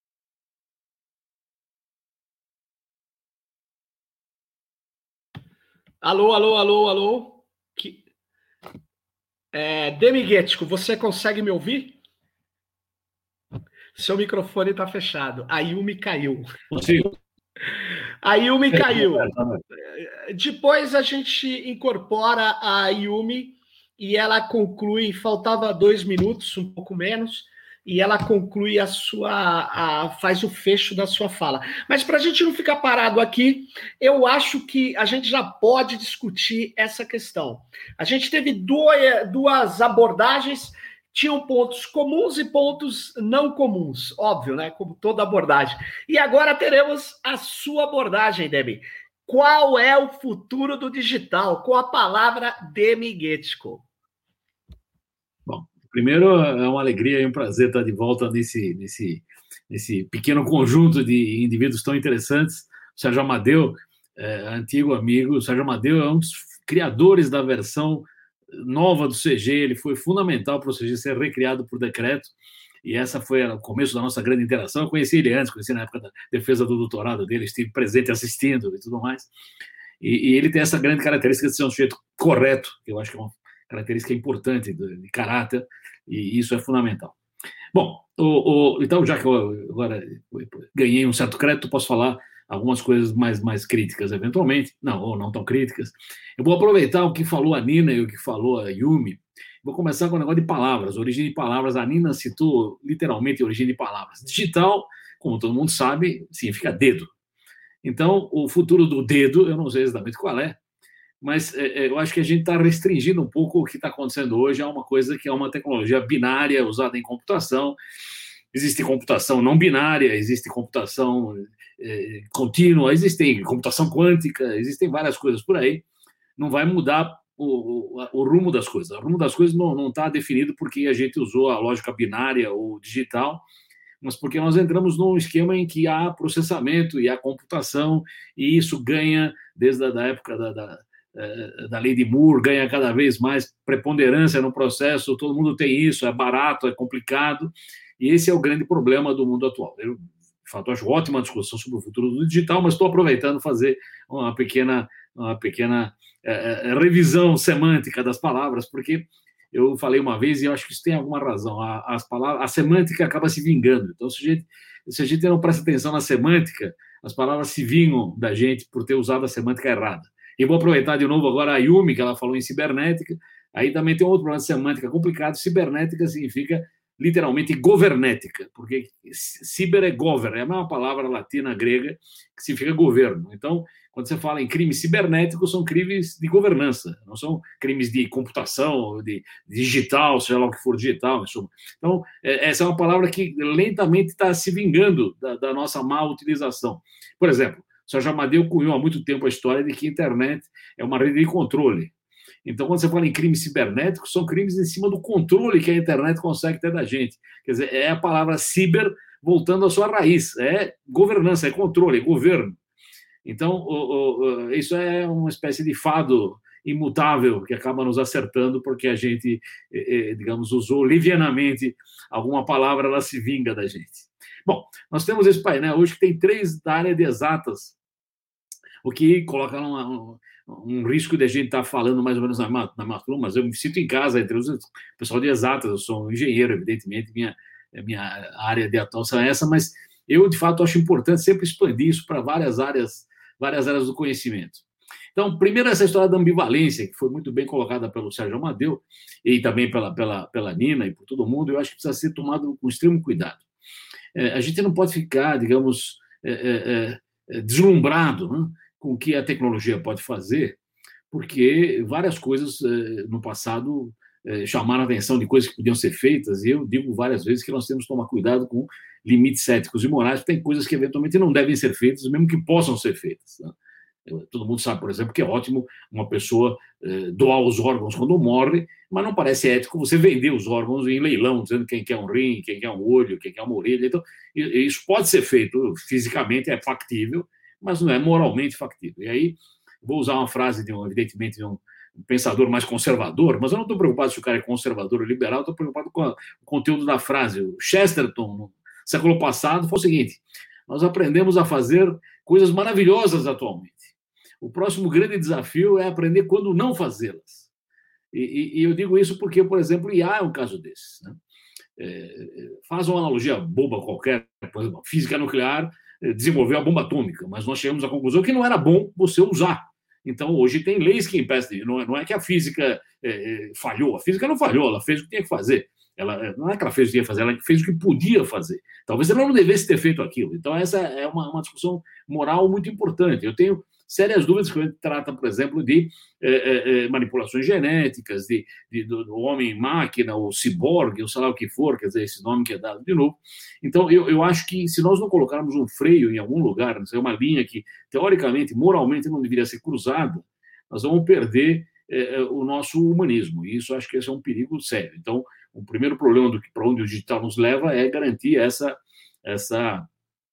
Alô, alô, alô, alô. Que... É, Demiguetico, você consegue me ouvir? Seu microfone está fechado. A Yumi caiu. Consigo. A Yumi caiu. Depois a gente incorpora a Yumi e ela conclui, faltava dois minutos, um pouco menos, e ela conclui a sua, a, faz o fecho da sua fala. Mas para a gente não ficar parado aqui, eu acho que a gente já pode discutir essa questão. A gente teve duas, duas abordagens, tinham pontos comuns e pontos não comuns, óbvio, né? Como toda abordagem. E agora teremos a sua abordagem, Demi. Qual é o futuro do digital? Com a palavra Demi Guettico. Bom, primeiro é uma alegria e um prazer estar de volta nesse, nesse, nesse pequeno conjunto de indivíduos tão interessantes. O Sérgio Amadeu, é, antigo amigo, o Sérgio Amadeu é um dos criadores da versão nova do C G, ele foi fundamental para o C G ser recriado por decreto, e essa foi o começo da nossa grande interação. Eu conheci ele antes, conheci na época da defesa do doutorado dele, estive presente assistindo e tudo mais, e, e ele tem essa grande característica de ser um sujeito correto, que eu acho que é uma característica importante de, de caráter, e isso é fundamental. Bom, o, o, então, já que eu agora ganhei um certo crédito, posso falar algumas coisas mais, mais críticas, eventualmente, não, ou não tão críticas. Eu vou aproveitar o que falou a Nina e o que falou a Yumi. Vou começar com o negócio de palavras, origem de palavras. A Nina citou literalmente a origem de palavras. Digital, como todo mundo sabe, significa dedo. Então, o futuro do dedo, eu não sei exatamente qual é, mas é, eu acho que a gente está restringindo um pouco o que está acontecendo hoje a uma coisa que é uma tecnologia binária usada em computação. Existe computação não binária, existe computação é, contínua, existe computação quântica, existem várias coisas por aí. Não vai mudar o, o, o rumo das coisas. O rumo das coisas não está definido porque a gente usou a lógica binária ou digital, mas porque nós entramos num esquema em que há processamento e há computação, e isso ganha, desde a da época da, da, da lei de Moore, ganha cada vez mais preponderância no processo, todo mundo tem isso, é barato, é complicado, e esse é o grande problema do mundo atual. Eu, de fato, acho ótima a discussão sobre o futuro do digital, mas estou aproveitando fazer uma pequena, uma pequena é, revisão semântica das palavras, porque eu falei uma vez e eu acho que isso tem alguma razão. A, as palavras, a semântica acaba se vingando. Então, se a, gente, se a gente não presta atenção na semântica, as palavras se vingam da gente por ter usado a semântica errada. E vou aproveitar de novo agora a Yumi, que ela falou em cibernética. Aí também tem outro problema de semântica complicado. Cibernética significa literalmente governética, porque ciber é gover, é a mesma palavra latina grega que significa governo. Então, quando você fala em crimes cibernéticos, são crimes de governança, não são crimes de computação, de digital, seja lá o que for digital, em suma. Então, essa é uma palavra que lentamente está se vingando da, da nossa má utilização. Por exemplo, o Sérgio Amadeu cunhou há muito tempo a história de que a internet é uma rede de controle. Então, quando você fala em crimes cibernéticos, são crimes em cima do controle que a internet consegue ter da gente. Quer dizer, é a palavra ciber voltando à sua raiz. É governança, é controle, é governo. Então, o, o, isso é uma espécie de fado imutável que acaba nos acertando porque a gente, digamos, usou livianamente alguma palavra, ela se vinga da gente. Bom, nós temos esse painel hoje que tem três da área de exatas, o que coloca uma... um risco de a gente estar falando mais ou menos na, na Matlum, mas eu me sinto em casa entre os pessoal de exatas, eu sou um engenheiro, evidentemente, minha, minha área de atuação é essa, mas eu, de fato, acho importante sempre expandir isso para várias áreas, várias áreas do conhecimento. Então, primeiro, essa história da ambivalência, que foi muito bem colocada pelo Sérgio Amadeu e também pela, pela, pela Nina e por todo mundo, eu acho que precisa ser tomado com extremo cuidado. É, a gente não pode ficar, digamos, é, é, é, deslumbrado, né, com o que a tecnologia pode fazer, porque várias coisas no passado chamaram a atenção de coisas que podiam ser feitas, e eu digo várias vezes que nós temos que tomar cuidado com limites éticos e morais, porque tem coisas que eventualmente não devem ser feitas, mesmo que possam ser feitas. Todo mundo sabe, por exemplo, que é ótimo uma pessoa doar os órgãos quando morre, mas não parece ético você vender os órgãos em leilão, dizendo quem quer um rim, quem quer um olho, quem quer uma orelha. Então, isso pode ser feito fisicamente, é factível, mas não é moralmente factível. E aí, vou usar uma frase, de um, evidentemente, de um pensador mais conservador, mas eu não estou preocupado se o cara é conservador ou liberal, estou preocupado com a, o conteúdo da frase. O Chesterton, no século passado, foi o seguinte: nós aprendemos a fazer coisas maravilhosas atualmente. O próximo grande desafio é aprender quando não fazê-las. E, e, e eu digo isso porque, por exemplo, o I A é um caso desses. Né? É, faz uma analogia boba qualquer, por exemplo, física nuclear desenvolveu a bomba atômica, mas nós chegamos à conclusão que não era bom você usar. Então, hoje tem leis que impedem, não é, não é que a física é, falhou, a física não falhou, ela fez o que tinha que fazer. Ela, não é que ela fez o que tinha que fazer, ela fez o que podia fazer. Talvez ela não devesse ter feito aquilo. Então, essa é uma, uma discussão moral muito importante. Eu tenho sérias dúvidas quando a gente trata, por exemplo, de é, é, manipulações genéticas, de, de, do, do homem-máquina, ou ciborgue, ou sei lá o que for, quer dizer, esse nome que é dado de novo. Então, eu, eu acho que se nós não colocarmos um freio em algum lugar, é uma linha que, teoricamente, moralmente, não deveria ser cruzada, nós vamos perder é, o nosso humanismo. E isso acho que esse é um perigo sério. Então, o primeiro problema do que para onde o digital nos leva é garantir essa... essa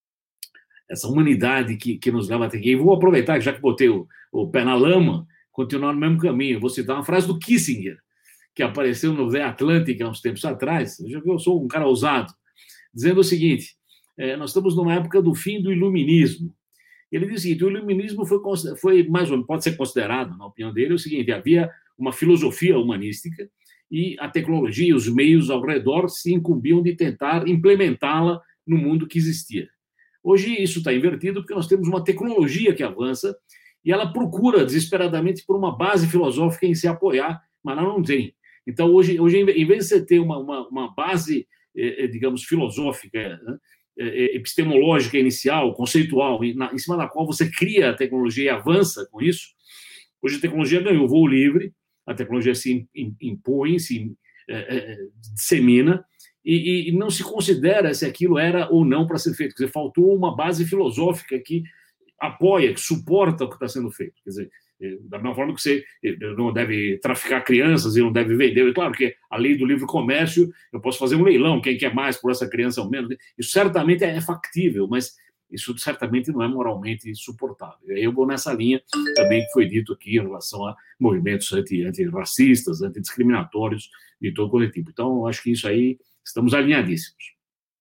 essa humanidade que, que nos leva até aqui. E vou aproveitar, já que botei o, o pé na lama, continuar no mesmo caminho. Vou citar uma frase do Kissinger, que apareceu no The Atlantic há uns tempos atrás. Eu já vi, eu sou um cara ousado, dizendo o seguinte, é, nós estamos numa época do fim do iluminismo. Ele diz o seguinte, o iluminismo foi, foi mais ou menos, pode ser considerado, na opinião dele, o seguinte, havia uma filosofia humanística e a tecnologia e os meios ao redor se incumbiam de tentar implementá-la no mundo que existia. Hoje isso está invertido porque nós temos uma tecnologia que avança e ela procura desesperadamente por uma base filosófica em se apoiar, mas ela não tem. Então, hoje, hoje em vez de você ter uma, uma, uma base, eh, digamos, filosófica, né, epistemológica inicial, conceitual, em, na, em cima da qual você cria a tecnologia e avança com isso, hoje a tecnologia ganhou voo livre, a tecnologia se impõe, se eh, eh, dissemina, E, e não se considera se aquilo era ou não para ser feito. Quer dizer, faltou uma base filosófica que apoia, que suporta o que está sendo feito. Quer dizer, da mesma forma que você não deve traficar crianças e não deve vender. E claro que a lei do livre comércio, eu posso fazer um leilão, quem quer mais por essa criança ou menos. Isso certamente é factível, mas isso certamente não é moralmente suportável. Eu vou nessa linha também que foi dito aqui em relação a movimentos anti, antirracistas, antidiscriminatórios de todo coletivo. Então, eu acho que isso aí estamos alinhadíssimos.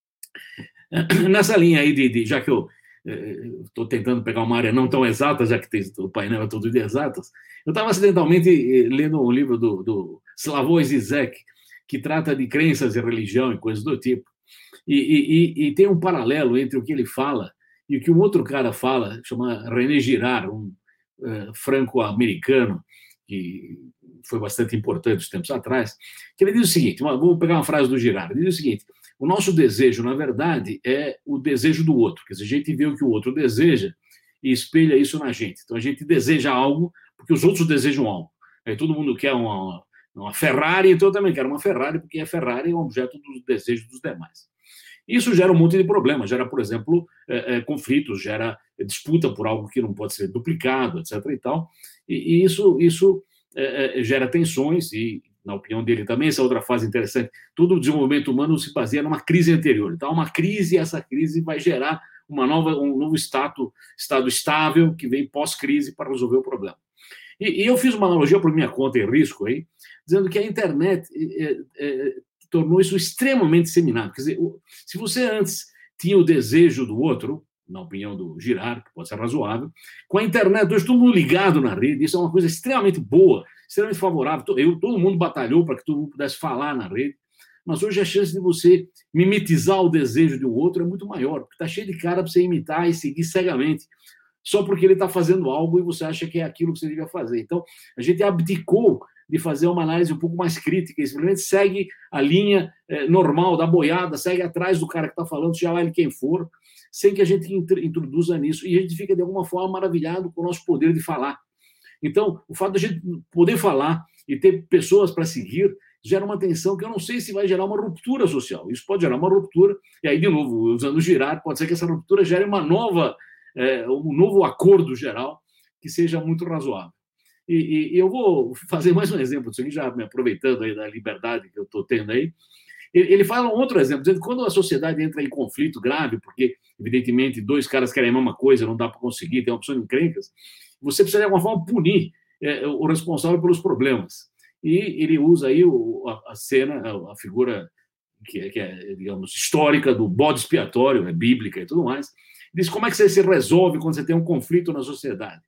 Nessa linha aí, de, de já que eu estou tentando pegar uma área não tão exata, já que tem, o painel é todo de exatas, eu estava acidentalmente lendo um livro do, do Slavoj Zizek, que trata de crenças e religião e coisas do tipo, e, e, e tem um paralelo entre o que ele fala e o que um outro cara fala, chama René Girard, um uh, franco-americano, que foi bastante importante uns tempos atrás, que ele diz o seguinte, vou pegar uma frase do Girard, ele diz o seguinte, o nosso desejo, na verdade, é o desejo do outro, quer dizer, a gente vê o que o outro deseja e espelha isso na gente. Então, a gente deseja algo porque os outros desejam algo. Aí todo mundo quer uma, uma Ferrari, então eu também quero uma Ferrari, porque a Ferrari é um objeto dos desejos dos demais. Isso gera um monte de problemas, gera, por exemplo, é, é, conflitos, gera disputa por algo que não pode ser duplicado, etc. e tal, e, e isso, isso é, é, gera tensões e, na opinião dele também, essa outra fase interessante, todo o desenvolvimento humano se baseia numa crise anterior. Então, uma crise, e essa crise vai gerar uma nova, um novo estado, estado estável que vem pós-crise para resolver o problema. E, e eu fiz uma analogia por minha conta em risco aí, dizendo que a internet é, é, tornou isso extremamente disseminado. Quer dizer, se você antes tinha o desejo do outro, na opinião do Girard, que pode ser razoável, com a internet hoje todo mundo ligado na rede, isso é uma coisa extremamente boa, extremamente favorável. Eu, todo mundo batalhou para que todo mundo pudesse falar na rede, mas hoje a chance de você mimetizar o desejo de um outro é muito maior, porque está cheio de cara para você imitar e seguir cegamente, só porque ele está fazendo algo e você acha que é aquilo que você devia fazer. Então, a gente abdicou de fazer uma análise um pouco mais crítica, e simplesmente segue a linha eh, normal da boiada, segue atrás do cara que está falando, seja lá ele quem for, sem que a gente introduza nisso, e a gente fica, de alguma forma, maravilhado com o nosso poder de falar. Então, o fato de a gente poder falar e ter pessoas para seguir gera uma tensão que eu não sei se vai gerar uma ruptura social. Isso pode gerar uma ruptura, e aí, de novo, usando o Girard, pode ser que essa ruptura gere uma nova, é, um novo acordo geral que seja muito razoável. E, e, e eu vou fazer mais um exemplo disso aqui, já me aproveitando aí da liberdade que eu estou tendo aí. Ele, ele fala um outro exemplo, dizendo que quando a sociedade entra em conflito grave, porque, evidentemente, dois caras querem a mesma coisa, não dá para conseguir, tem uma opção de encrencas, você precisa, de alguma forma, punir é, o responsável pelos problemas. E ele usa aí o, a, a cena, a, a figura que é, que é, digamos, histórica do bode expiatório, é bíblica e tudo mais. Diz como é que você se resolve quando você tem um conflito na sociedade.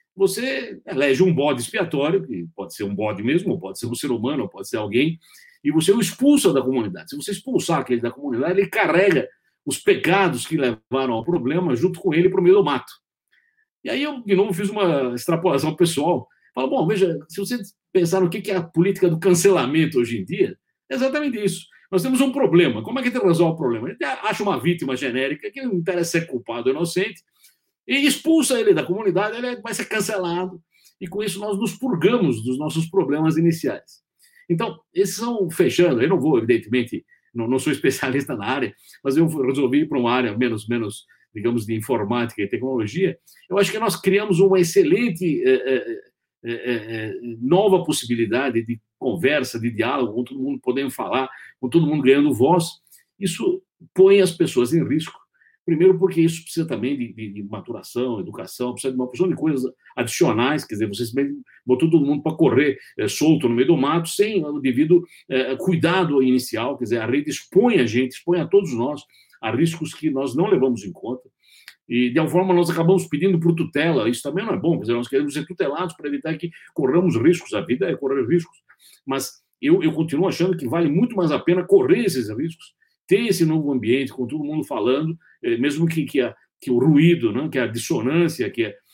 Você elege um bode expiatório, que pode ser um bode mesmo, ou pode ser um ser humano, ou pode ser alguém, e você o expulsa da comunidade. Se você expulsar aquele da comunidade, ele carrega os pecados que levaram ao problema junto com ele para o meio do mato. E aí eu, de novo, fiz uma extrapolação pessoal. Falo, bom, veja, se você pensar no que é a política do cancelamento hoje em dia, é exatamente isso. Nós temos um problema. Como é que a gente resolve o problema? A gente acha uma vítima genérica que não interessa ser culpado ou inocente e expulsa ele da comunidade, ele vai ser cancelado. E com isso nós nos purgamos dos nossos problemas iniciais. Então, esses são, fechando, eu não vou, evidentemente, não, não sou especialista na área, mas eu resolvi ir para uma área menos, menos, digamos, de informática e tecnologia. Eu acho que nós criamos uma excelente é, é, é, nova possibilidade de conversa, de diálogo, com todo mundo podendo falar, com todo mundo ganhando voz. Isso põe as pessoas em risco. Primeiro porque isso precisa também de, de, de maturação, educação, precisa de uma porção de coisas adicionais, quer dizer, vocês botou todo mundo para correr é, solto no meio do mato, sem o devido é, cuidado inicial, quer dizer, a rede expõe a gente, expõe a todos nós a riscos que nós não levamos em conta, e de alguma forma nós acabamos pedindo por tutela, isso também não é bom, quer dizer, nós queremos ser tutelados para evitar que corramos riscos, a vida é correr riscos, mas eu, eu continuo achando que vale muito mais a pena correr esses riscos, ter esse novo ambiente, com todo mundo falando, mesmo que, que, a, que o ruído, né, que a dissonância, que é,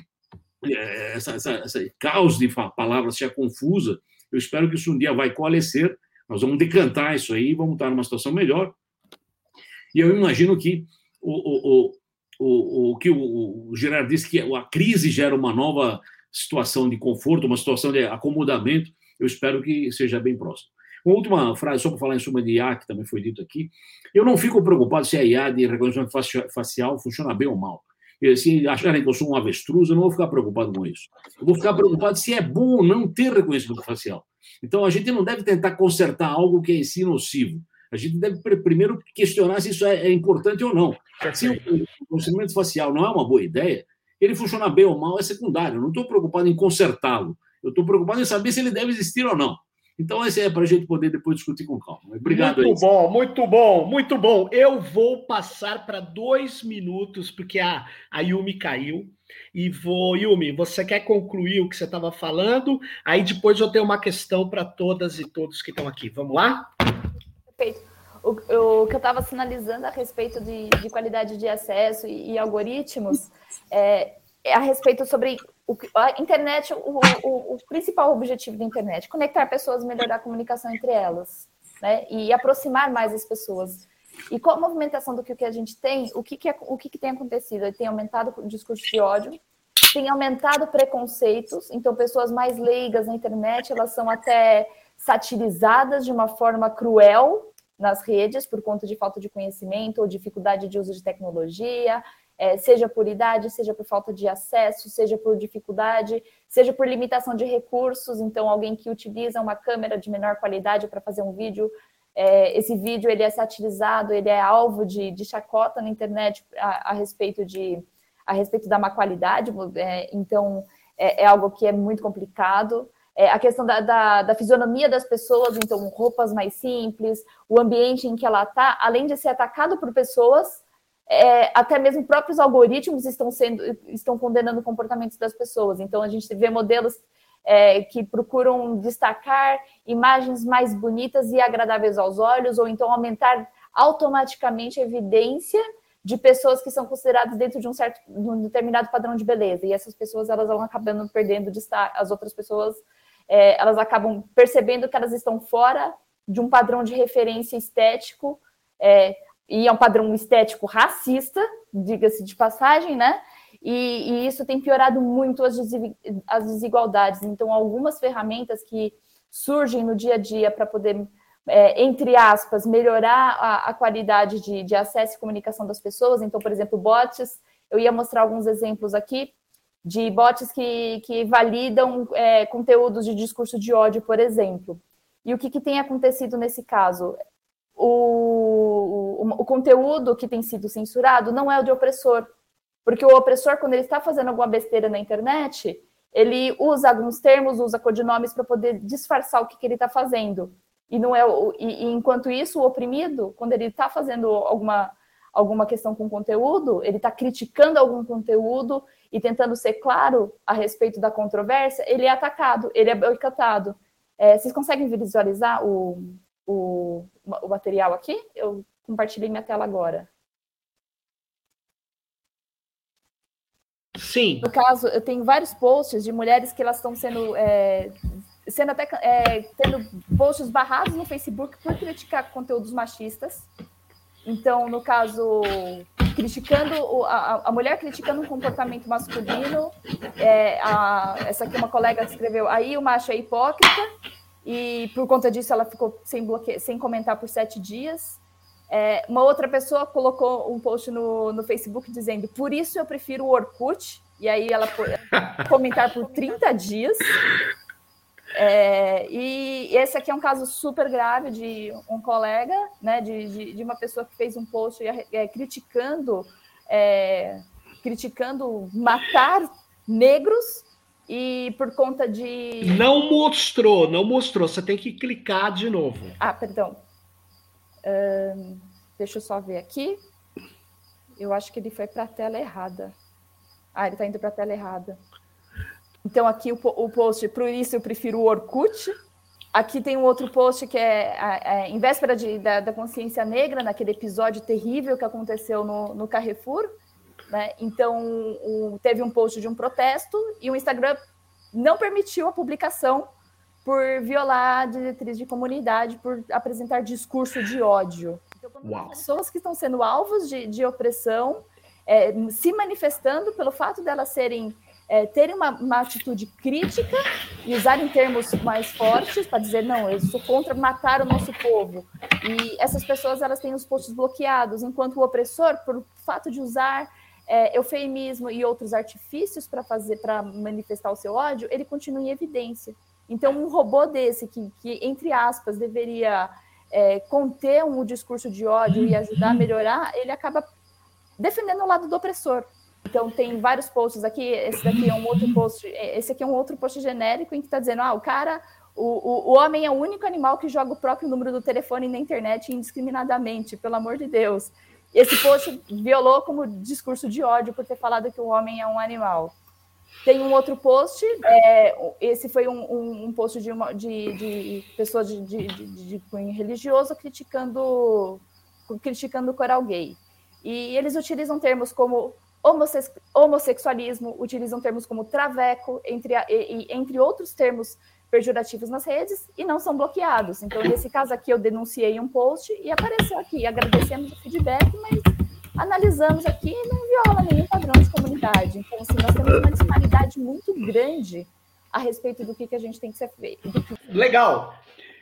é, essa, essa, essa caos de palavras seja confusa, eu espero que isso um dia vai coalescer, nós vamos decantar isso aí, vamos estar numa situação melhor. E eu imagino que o, o, o, o, que o, o Gerard disse, que a crise gera uma nova situação de conforto, uma situação de acomodamento, eu espero que seja bem próximo. Uma última frase, só para falar em cima de I A, que também foi dito aqui. Eu não fico preocupado se a I A de reconhecimento facial funciona bem ou mal. Se acharem que eu sou um avestruz, eu não vou ficar preocupado com isso. Eu vou ficar preocupado se é bom ou não ter reconhecimento facial. Então, a gente não deve tentar consertar algo que é em si nocivo. A gente deve primeiro questionar se isso é importante ou não. Se o reconhecimento facial não é uma boa ideia, ele funcionar bem ou mal é secundário. Eu não estou preocupado em consertá-lo. Eu estou preocupado em saber se ele deve existir ou não. Então, esse é para a gente poder depois discutir com calma. Obrigado. Muito bom, muito bom, muito bom. Eu vou passar para dois minutos, porque a, a Yumi caiu. E vou... Yumi, você quer concluir o que você estava falando? Aí depois eu tenho uma questão para todas e todos que estão aqui. Vamos lá? Perfeito. O, o que eu estava sinalizando a respeito de, de qualidade de acesso e, e algoritmos é, é a respeito sobre... O, a internet, o, o, o principal objetivo da internet, conectar pessoas, melhorar a comunicação entre elas, né? E aproximar mais as pessoas. E com a movimentação do que, que a gente tem, o que, que, é, o que, que tem acontecido? Ele tem aumentado o discurso de ódio, tem aumentado preconceitos, então pessoas mais leigas na internet, elas são até satirizadas de uma forma cruel nas redes, por conta de falta de conhecimento ou dificuldade de uso de tecnologia, É, seja por idade, seja por falta de acesso, seja por dificuldade, seja por limitação de recursos. Então, alguém que utiliza uma câmera de menor qualidade para fazer um vídeo, é, esse vídeo ele é satirizado, ele é alvo de, de chacota na internet a, a, respeito, de, a respeito da má qualidade. É, então, é, é algo que é muito complicado. É, a questão da, da, da fisionomia das pessoas, então, roupas mais simples, o ambiente em que ela está, além de ser atacado por pessoas, É, até mesmo próprios algoritmos estão, sendo, estão condenando comportamentos das pessoas. Então, a gente vê modelos é, que procuram destacar imagens mais bonitas e agradáveis aos olhos, ou então aumentar automaticamente a evidência de pessoas que são consideradas dentro de um certo, de um determinado padrão de beleza. E essas pessoas, elas vão acabando perdendo destaque. As outras pessoas, é, elas acabam percebendo que elas estão fora de um padrão de referência estético, é, e é um padrão estético racista, diga-se de passagem, né? E, e isso tem piorado muito as, as desigualdades. Então, algumas ferramentas que surgem no dia a dia para poder, é, entre aspas, melhorar a, a qualidade de, de acesso e comunicação das pessoas. Então, por exemplo, bots. Eu ia mostrar alguns exemplos aqui de bots que, que validam é, conteúdos de discurso de ódio, por exemplo. E o que, que tem acontecido nesse caso? O, o, o conteúdo que tem sido censurado não é o de opressor, porque o opressor, quando ele está fazendo alguma besteira na internet, ele usa alguns termos, usa codinomes para poder disfarçar o que, que ele está fazendo. E, não é o, e, e enquanto isso, o oprimido, quando ele está fazendo alguma, alguma questão com conteúdo, ele está criticando algum conteúdo e tentando ser claro a respeito da controvérsia, ele é atacado, ele é boicotado. É, vocês conseguem visualizar o... O, o material aqui? Eu compartilhei minha tela agora. Sim. No caso, eu tenho vários posts de mulheres que elas estão sendo, é, sendo até é, tendo posts barrados no Facebook por criticar conteúdos machistas. Então, no caso, criticando o, a, a mulher criticando um comportamento masculino. É, a, essa aqui é uma colega que escreveu, aí o macho é hipócrita, e por conta disso ela ficou sem, bloque... sem comentar por sete dias. É, uma outra pessoa colocou um post no, no Facebook dizendo, por isso eu prefiro o Orkut, e aí ela pôde comentar por trinta dias. É, e esse aqui é um caso super grave de um colega, né, de, de, de uma pessoa que fez um post é, criticando, é, criticando matar negros, e por conta de... Não mostrou, não mostrou, você tem que clicar de novo. Ah, perdão. Um, deixa eu só ver aqui. Eu acho que ele foi para a tela errada. Ah, ele está indo para a tela errada. Então, aqui o, o post, por isso eu prefiro o Orkut. Aqui tem um outro post que é, é em véspera de, da, da consciência negra, naquele episódio terrível que aconteceu no, no Carrefour. Né? Então, o, teve um post de um protesto e o Instagram não permitiu a publicação por violar a diretriz de comunidade, por apresentar discurso de ódio. Então, quando as pessoas que estão sendo alvos de, de opressão, é, se manifestando pelo fato delas serem... É, terem uma, uma atitude crítica e usarem termos mais fortes para dizer, não, eu sou contra matar o nosso povo. E essas pessoas, elas têm os posts bloqueados, enquanto o opressor, por fato de usar é, eufemismo e outros artifícios para fazer, para manifestar o seu ódio, ele continua em evidência. Então, um robô desse, que, que entre aspas, deveria é, conter um discurso de ódio e ajudar a melhorar, ele acaba defendendo o lado do opressor. Então, tem vários posts aqui, esse daqui é um outro post, esse aqui é um outro post genérico em que está dizendo, ah, o cara, o, o, o homem é o único animal que joga o próprio número do telefone na internet indiscriminadamente, pelo amor de Deus. Esse post violou como discurso de ódio por ter falado que o homem é um animal. Tem um outro post, é, esse foi um, um, um post de, uma, de, de pessoas de, de, de, de cunho religioso criticando, criticando o coral gay. E eles utilizam termos como homossexualismo, utilizam termos como traveco, entre, a, e, entre outros termos pejorativos nas redes, e não são bloqueados. Então, nesse caso aqui, eu denunciei um post e apareceu aqui. Agradecemos o feedback, mas analisamos aqui e não viola nenhum padrão de comunidade. Então, assim, nós temos uma disparidade muito grande a respeito do que, que a gente tem que ser feito. Legal.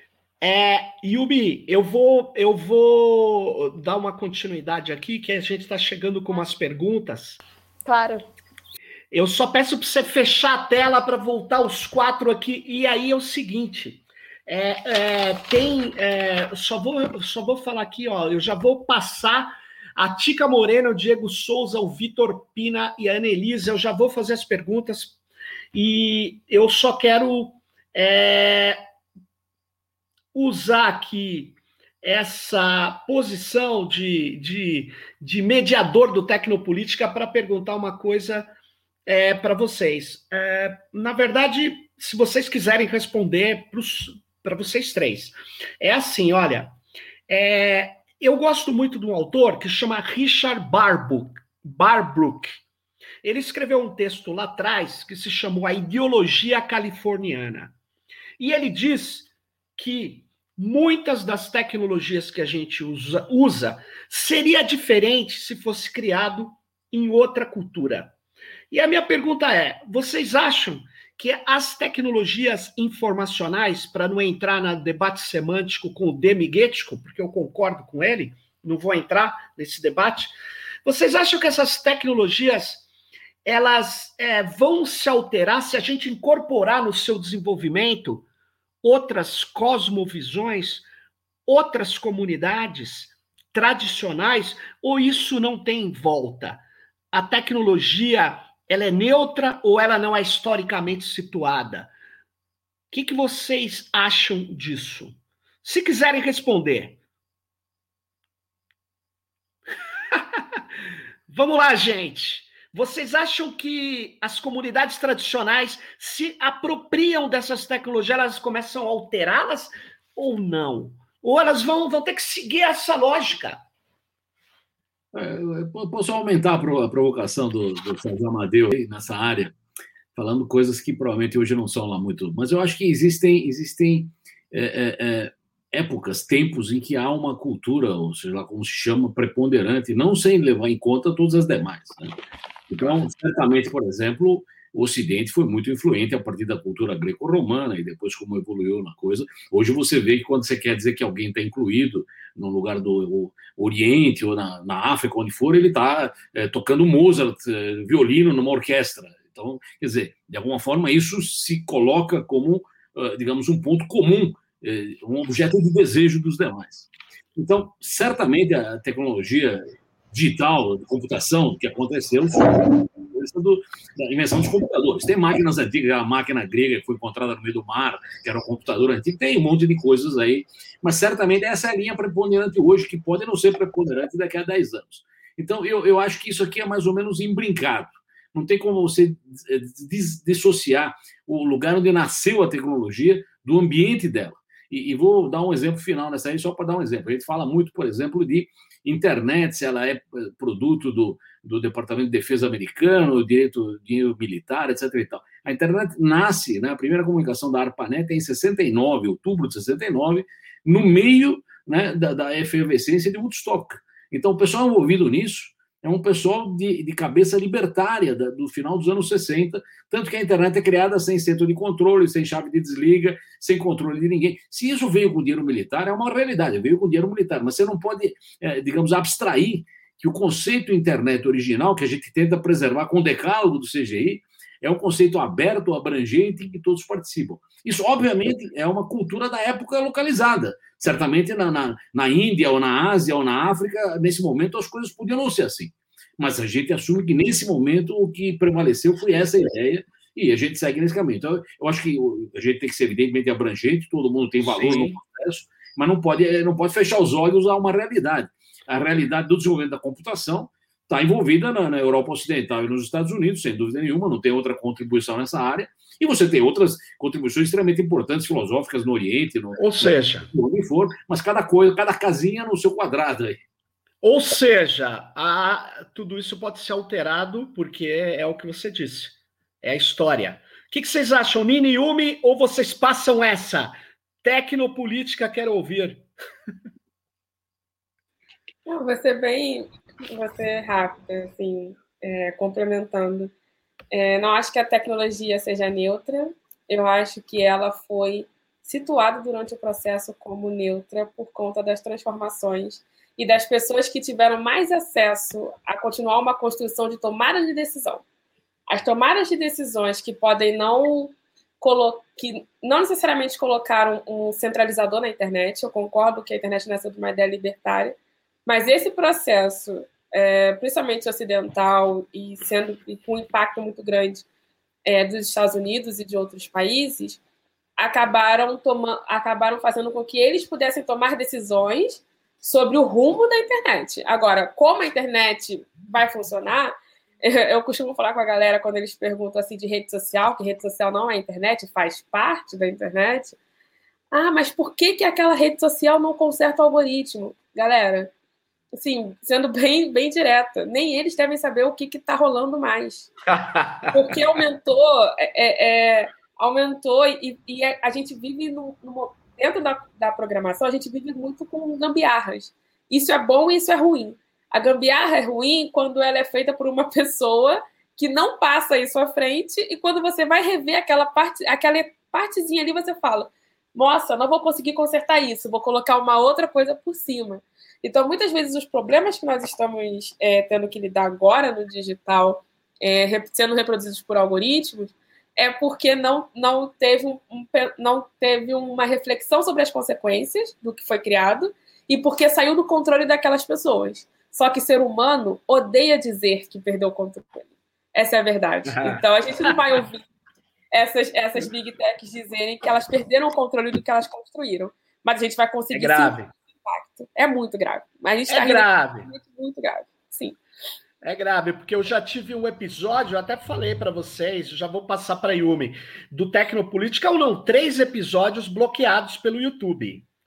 É, Yubi, eu vou, eu vou dar uma continuidade aqui, que a gente está chegando com umas perguntas. Claro. Eu só peço para você fechar a tela para voltar os quatro aqui. E aí é o seguinte, é, é, tem, é, só vou, só vou falar aqui, ó, eu já vou passar a Tica Moreno, o Diego Souza, o Vitor Pina e a Annelise. Eu já vou fazer as perguntas e eu só quero... É, usar aqui essa posição de, de, de mediador do Tecnopolítica para perguntar uma coisa é, para vocês. É, na verdade, se vocês quiserem responder para vocês três, é assim, olha, é, eu gosto muito de um autor que chama Richard Barbrook. Barbrook. Ele escreveu um texto lá atrás que se chamou A Ideologia Californiana. E ele diz que muitas das tecnologias que a gente usa, usa seria diferente se fosse criado em outra cultura. E a minha pergunta é, vocês acham que as tecnologias informacionais, para não entrar no debate semântico com o Demi Guettico, porque eu concordo com ele, não vou entrar nesse debate, vocês acham que essas tecnologias elas é, vão se alterar se a gente incorporar no seu desenvolvimento outras cosmovisões, outras comunidades tradicionais, ou isso não tem volta? A tecnologia, ela é neutra ou ela não é historicamente situada? O que, que vocês acham disso? Se quiserem responder. Vamos lá, gente. Vocês acham que as comunidades tradicionais se apropriam dessas tecnologias, elas começam a alterá-las ou não? Ou elas vão, vão ter que seguir essa lógica? Eu posso aumentar a provocação do, do Sérgio Amadeu nessa área, falando coisas que provavelmente hoje não são lá muito... Mas eu acho que existem, existem é, é, épocas, tempos em que há uma cultura, ou seja lá como se chama, preponderante, não sem levar em conta todas as demais, né? Então, certamente, por exemplo, o Ocidente foi muito influente a partir da cultura greco-romana e depois como evoluiu na coisa. Hoje você vê que quando você quer dizer que alguém está incluído no lugar do Oriente ou na, na África, onde for, ele está é, tocando Mozart, é, violino numa orquestra. Então, quer dizer, de alguma forma isso se coloca como, digamos, um ponto comum, é, um objeto de desejo dos demais. Então, certamente a tecnologia digital, de computação, que aconteceu, do, da invenção dos computadores. Tem máquinas antigas, a máquina grega que foi encontrada no meio do mar, que era um computador antigo, tem um monte de coisas aí, mas certamente essa é a linha preponderante hoje, que pode não ser preponderante daqui a dez anos. Então, eu, eu acho que isso aqui é mais ou menos embrincado. Não tem como você dissociar o lugar onde nasceu a tecnologia do ambiente dela. E, e vou dar um exemplo final nessa aí, só para dar um exemplo. A gente fala muito, por exemplo, de internet, se ela é produto do, do Departamento de Defesa americano, direito, direito militar, etc e tal. A internet nasce, né, a primeira comunicação da ARPANET é em sessenta e nove, outubro de sessenta e nove, no meio, né, da, da efervescência de Woodstock. Então, o pessoal envolvido nisso é um pessoal de, de cabeça libertária da, do final dos anos sessenta, tanto que a internet é criada sem centro de controle, sem chave de desliga, sem controle de ninguém. Se isso veio com dinheiro militar, é uma realidade, veio com dinheiro militar, mas você não pode, é, digamos, abstrair que o conceito internet original, que a gente tenta preservar com o decálogo do C G I, é um conceito aberto, abrangente, em que todos participam. Isso, obviamente, é uma cultura da época localizada. Certamente na, na, na Índia, ou na Ásia, ou na África, nesse momento as coisas podiam não ser assim. Mas a gente assume que, nesse momento, o que prevaleceu foi essa ideia, e a gente segue nesse caminho. Então, eu acho que a gente tem que ser, evidentemente, abrangente, todo mundo tem valor Sim. no processo, mas não pode, não pode fechar os olhos a uma realidade. A realidade do desenvolvimento da computação está envolvida na, na Europa Ocidental e nos Estados Unidos, sem dúvida nenhuma, não tem outra contribuição nessa área, e você tem outras contribuições extremamente importantes, filosóficas no Oriente, no, ou seja, no, onde for, mas cada coisa, cada casinha no seu quadrado aí. Ou seja, a, tudo isso pode ser alterado, porque é, é o que você disse, é a história. O que, que vocês acham, Nina e Yumi, ou vocês passam essa? Tecnopolítica, quero ouvir. Não, vou ser bem... Vou ser rápida, assim, é, complementando. É, não acho que a tecnologia seja neutra, eu acho que ela foi situada durante o processo como neutra por conta das transformações e das pessoas que tiveram mais acesso a continuar uma construção de tomada de decisão. As tomadas de decisões que podem não... Colo- que não necessariamente colocaram um centralizador na internet, eu concordo que a internet nasceu de uma ideia libertária, mas esse processo, é, principalmente ocidental, e sendo e com um impacto muito grande é, dos Estados Unidos e de outros países, acabaram, toma, acabaram fazendo com que eles pudessem tomar decisões sobre o rumo da internet. Agora, como a internet vai funcionar, eu costumo falar com a galera quando eles perguntam assim de rede social, que rede social não é internet, faz parte da internet. Ah, mas por que, que aquela rede social não conserta o algoritmo? Galera, assim, sendo bem, bem direta, nem eles devem saber o que está rolando mais. Porque aumentou, é, é, aumentou e, e a gente vive no, no, dentro da, da programação, a gente vive muito com gambiarras. Isso é bom e isso é ruim. A gambiarra é ruim quando ela é feita por uma pessoa que não passa isso à frente e quando você vai rever aquela, parte, aquela partezinha ali, você fala, nossa, não vou conseguir consertar isso, vou colocar uma outra coisa por cima. Então, muitas vezes, os problemas que nós estamos é, tendo que lidar agora no digital, é, sendo reproduzidos por algoritmos, é porque não, não, teve um, um, não teve uma reflexão sobre as consequências do que foi criado e porque saiu do controle daquelas pessoas. Só que ser humano odeia dizer que perdeu o controle. Essa é a verdade. Então, a gente não vai ouvir essas, essas big techs dizerem que elas perderam o controle do que elas construíram. Mas a gente vai conseguir... É grave. Sim, impacto. É muito grave. Mas a gente é tá grave. Muito, muito grave. Sim. É grave, porque eu já tive um episódio, eu até falei para vocês, já vou passar para a Yumi, do Tecnopolítica, ou não, três episódios bloqueados pelo YouTube.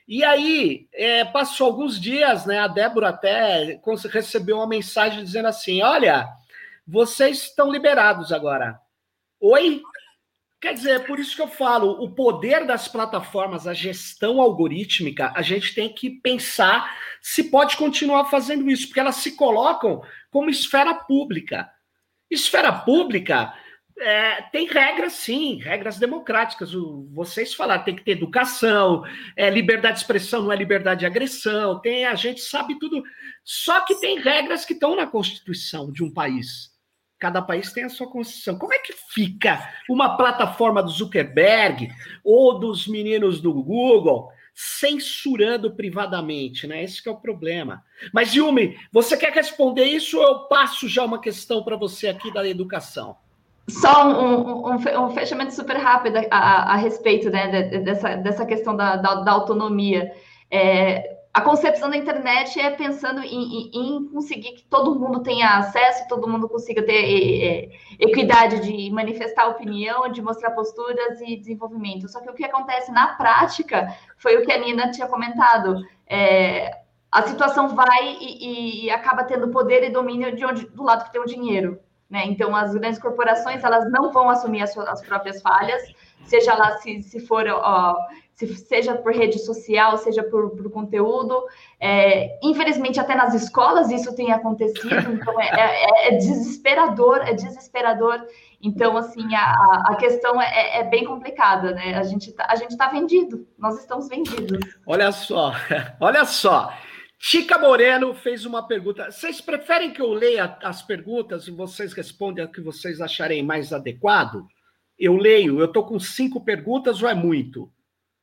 E aí, é, passou alguns dias, né? A Débora até recebeu uma mensagem dizendo assim: olha, vocês estão liberados agora. Oi? Quer dizer, é por isso que eu falo, o poder das plataformas, a gestão algorítmica, a gente tem que pensar se pode continuar fazendo isso, porque elas se colocam como esfera pública. Esfera pública é, tem regras, sim, regras democráticas. O, vocês falaram, tem que ter educação, é, liberdade de expressão não é liberdade de agressão, tem, a gente sabe tudo. Só que tem regras que estão na Constituição de um país. Cada país tem a sua Constituição. Como é que fica uma plataforma do Zuckerberg ou dos meninos do Google censurando privadamente, né? Esse que é o problema. Mas, Yumi, você quer responder isso ou eu passo já uma questão para você aqui da educação? Só um, um, um fechamento super rápido a, a, a respeito, né, dessa, dessa questão da, da, da autonomia. É, a concepção da internet é pensando em, em, em conseguir que todo mundo tenha acesso, todo mundo consiga ter é, equidade de manifestar opinião, de mostrar posturas e desenvolvimento. Só que o que acontece na prática foi o que a Nina tinha comentado. É, a situação vai e, e acaba tendo poder e domínio de onde, do lado que tem o dinheiro. Né? Então, as grandes corporações, elas não vão assumir as, suas, as próprias falhas, seja lá se, se for, ó, se, seja por rede social, seja por, por conteúdo. É, infelizmente, até nas escolas isso tem acontecido, então é, é, é desesperador, é desesperador. Então, assim, a, a questão é, é bem complicada, né? A gente tá, a gente tá vendido, nós estamos vendidos. Olha só, olha só. Chica Moreno fez uma pergunta. Vocês preferem que eu leia as perguntas e vocês respondem a que vocês acharem mais adequado? Eu leio. Eu estou com cinco perguntas ou é muito?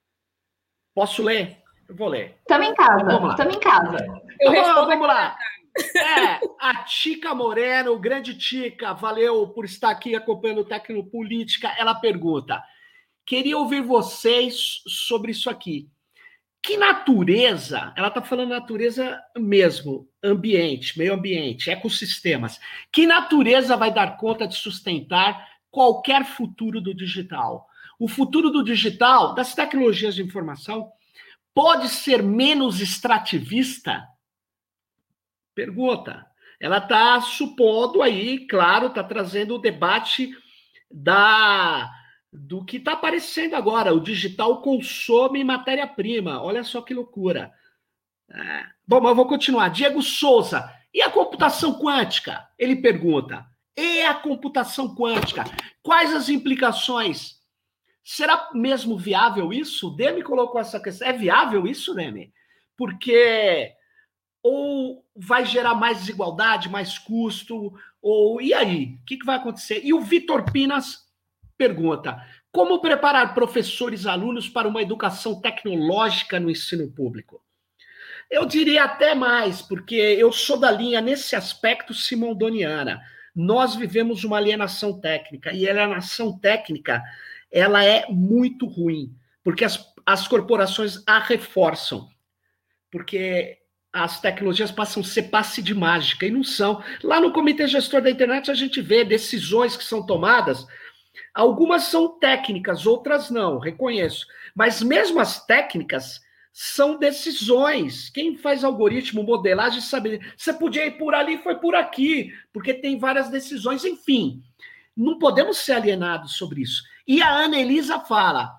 Posso ler? Eu vou ler. Estamos em casa. Estamos em casa. Eu vamos, vamos lá. É, a Chica Moreno, grande Chica, valeu por estar aqui acompanhando o Tecnopolítica. Ela pergunta: queria ouvir vocês sobre isso aqui. Que natureza, ela está falando natureza mesmo, ambiente, meio ambiente, ecossistemas. Que natureza vai dar conta de sustentar qualquer futuro do digital? O futuro do digital, das tecnologias de informação, pode ser menos extrativista? Pergunta. Ela está supondo aí, claro, está trazendo o debate da... do que está aparecendo agora. O digital consome matéria-prima. Olha só que loucura. É. Bom, mas eu vou continuar. Diego Souza. E a computação quântica? Ele pergunta. E a computação quântica? Quais as implicações? Será mesmo viável isso? O Demi colocou essa questão. É viável isso, Demi? Porque ou vai gerar mais desigualdade, mais custo, ou e aí? O que, que vai acontecer? E o Vitor Pinas pergunta: como preparar professores e alunos para uma educação tecnológica no ensino público? Eu diria até mais, porque eu sou da linha, nesse aspecto, simondoniana. Nós vivemos uma alienação técnica, e a alienação técnica ela é muito ruim, porque as, as corporações a reforçam, porque as tecnologias passam a ser passe de mágica, e não são. Lá no Comitê Gestor da Internet a gente vê decisões que são tomadas. Algumas são técnicas, outras não, reconheço. Mas mesmo as técnicas são decisões. Quem faz algoritmo, modelagem, sabe? Você podia ir por ali, foi por aqui, porque tem várias decisões. Enfim, não podemos ser alienados sobre isso. E a Ana Elisa fala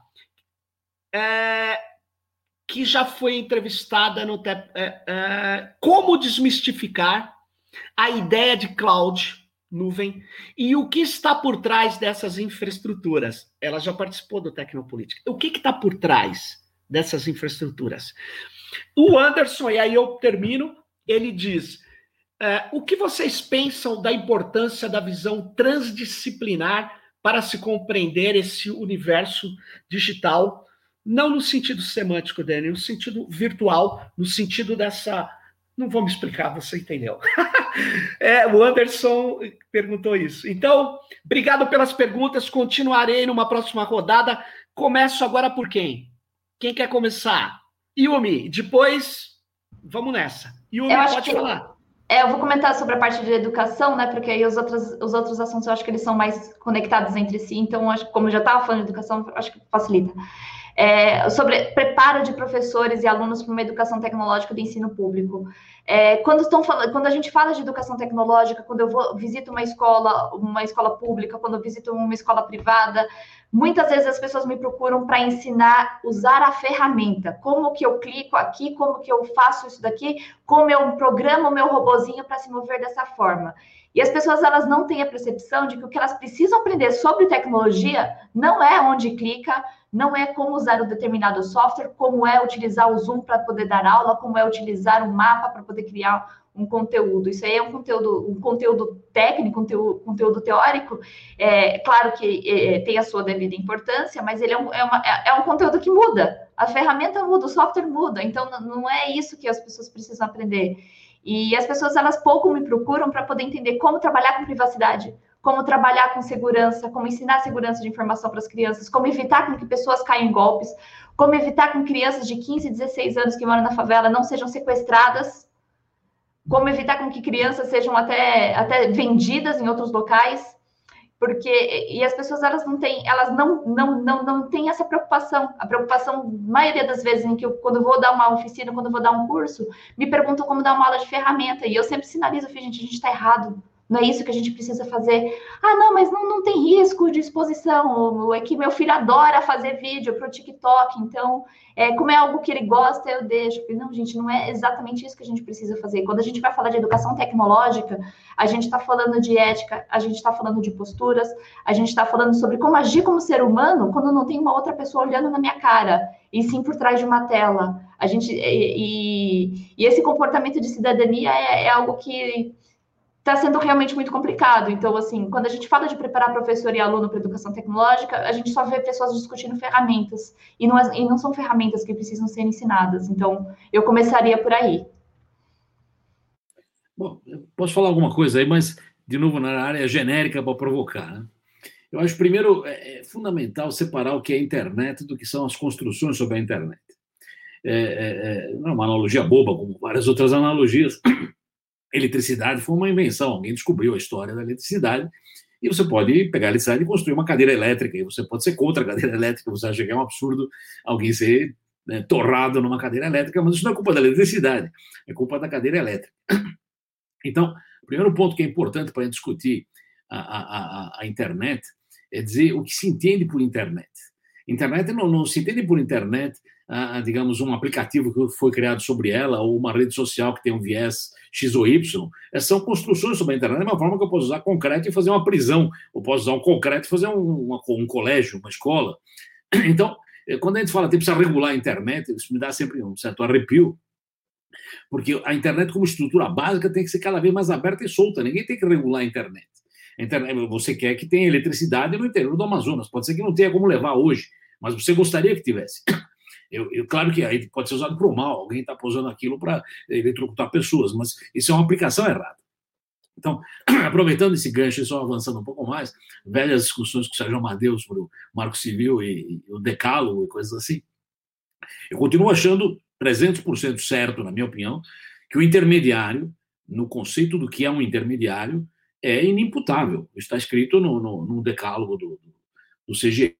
é, que já foi entrevistada no é, é, como desmistificar a ideia de cloud, nuvem, e o que está por trás dessas infraestruturas. Ela já participou do Tecnopolítica. O que está por trás dessas infraestruturas? O Anderson, e aí eu termino, ele diz, é, o que vocês pensam da importância da visão transdisciplinar para se compreender esse universo digital, não no sentido semântico, Dani, no sentido virtual, no sentido dessa... Não vou me explicar, você entendeu. É, o Anderson perguntou isso. Então, obrigado pelas perguntas. Continuarei numa próxima rodada. Começo agora por quem? Quem quer começar? Yumi. Depois, vamos nessa. Yumi, pode falar. É, eu vou comentar sobre a parte de educação, né? Porque aí os outros, os outros assuntos eu acho que eles são mais conectados entre si. Então, acho que como eu já estava falando de educação, eu acho que facilita. é, sobre preparo de professores e alunos para uma educação tecnológica do ensino público. É, quando, estão falando, quando a gente fala de educação tecnológica, quando eu vou, visito uma escola, uma escola pública, quando eu visito uma escola privada, muitas vezes as pessoas me procuram para ensinar a usar a ferramenta. Como que eu clico aqui, como que eu faço isso daqui, como eu programo o meu robozinho para se mover dessa forma. E as pessoas, elas não têm a percepção de que o que elas precisam aprender sobre tecnologia não é onde clica, não é como usar um determinado software, como é utilizar o Zoom para poder dar aula, como é utilizar um mapa para poder criar um conteúdo. Isso aí é um conteúdo, um conteúdo técnico, um conteúdo, conteúdo teórico. É claro que é, tem a sua devida importância, mas ele é um, é, uma, é um conteúdo que muda. A ferramenta muda, o software muda. Então, não é isso que as pessoas precisam aprender. E as pessoas, elas pouco me procuram para poder entender como trabalhar com privacidade, como trabalhar com segurança, como ensinar segurança de informação para as crianças, como evitar com que pessoas caiam em golpes, como evitar com que crianças de quinze, dezesseis anos que moram na favela não sejam sequestradas, como evitar com que crianças sejam até, até vendidas em outros locais, porque e as pessoas, elas não têm, elas não, não, não, não têm essa preocupação. A preocupação, maioria das vezes, em que eu, quando eu vou dar uma oficina, quando eu vou dar um curso, me perguntam como dar uma aula de ferramenta, e eu sempre sinalizo, gente, a gente está errado. Não é isso que a gente precisa fazer. Ah, não, mas não, não tem risco de exposição. É que meu filho adora fazer vídeo para o TikTok. Então, é, como é algo que ele gosta, eu deixo. Não, gente, não é exatamente isso que a gente precisa fazer. Quando a gente vai falar de educação tecnológica, a gente está falando de ética, a gente está falando de posturas, a gente está falando sobre como agir como ser humano quando não tem uma outra pessoa olhando na minha cara, e sim por trás de uma tela. A gente, e, e, e esse comportamento de cidadania é, é algo que está sendo realmente muito complicado. Então, assim, quando a gente fala de preparar professor e aluno para educação tecnológica, a gente só vê pessoas discutindo ferramentas, e não, e não são ferramentas que precisam ser ensinadas. Então, eu começaria por aí. Bom, eu posso falar alguma coisa aí, mas, de novo, na área genérica para provocar, né? Eu acho, primeiro, é fundamental separar o que é a internet do que são as construções sobre a internet. É, é, não é uma analogia boba, como várias outras analogias. Eletricidade foi uma invenção, alguém descobriu a história da eletricidade, e você pode pegar a eletricidade e construir uma cadeira elétrica, e você pode ser contra a cadeira elétrica, você acha que é um absurdo alguém ser, né, torrado numa cadeira elétrica, mas isso não é culpa da eletricidade, é culpa da cadeira elétrica. Então, o primeiro ponto que é importante para a gente discutir a, a, a, a internet é dizer o que se entende por internet. Internet não, não se entende por internet, ah, digamos, um aplicativo que foi criado sobre ela, ou uma rede social que tem um viés X ou Y. São construções sobre a internet, é uma forma que eu posso usar concreto e fazer uma prisão, ou posso usar um concreto e fazer um, uma, um colégio, uma escola. Então, quando a gente fala que precisa regular a internet, isso me dá sempre um certo arrepio, porque a internet, como estrutura básica, tem que ser cada vez mais aberta e solta. Ninguém tem que regular a internet. A internet, você quer que tenha eletricidade no interior do Amazonas. Pode ser que não tenha como levar hoje, mas você gostaria que tivesse. Eu, eu, claro que aí pode ser usado para o mal, alguém está usando aquilo para eletrocutar pessoas, mas isso é uma aplicação errada. Então, aproveitando esse gancho e só avançando um pouco mais, velhas discussões com o Sérgio Amadeu sobre o Marco Civil e, e o Decálogo e coisas assim, eu continuo achando trezentos por cento certo, na minha opinião, que o intermediário, no conceito do que é um intermediário, é inimputável. Está escrito no, no, no Decálogo do, do C G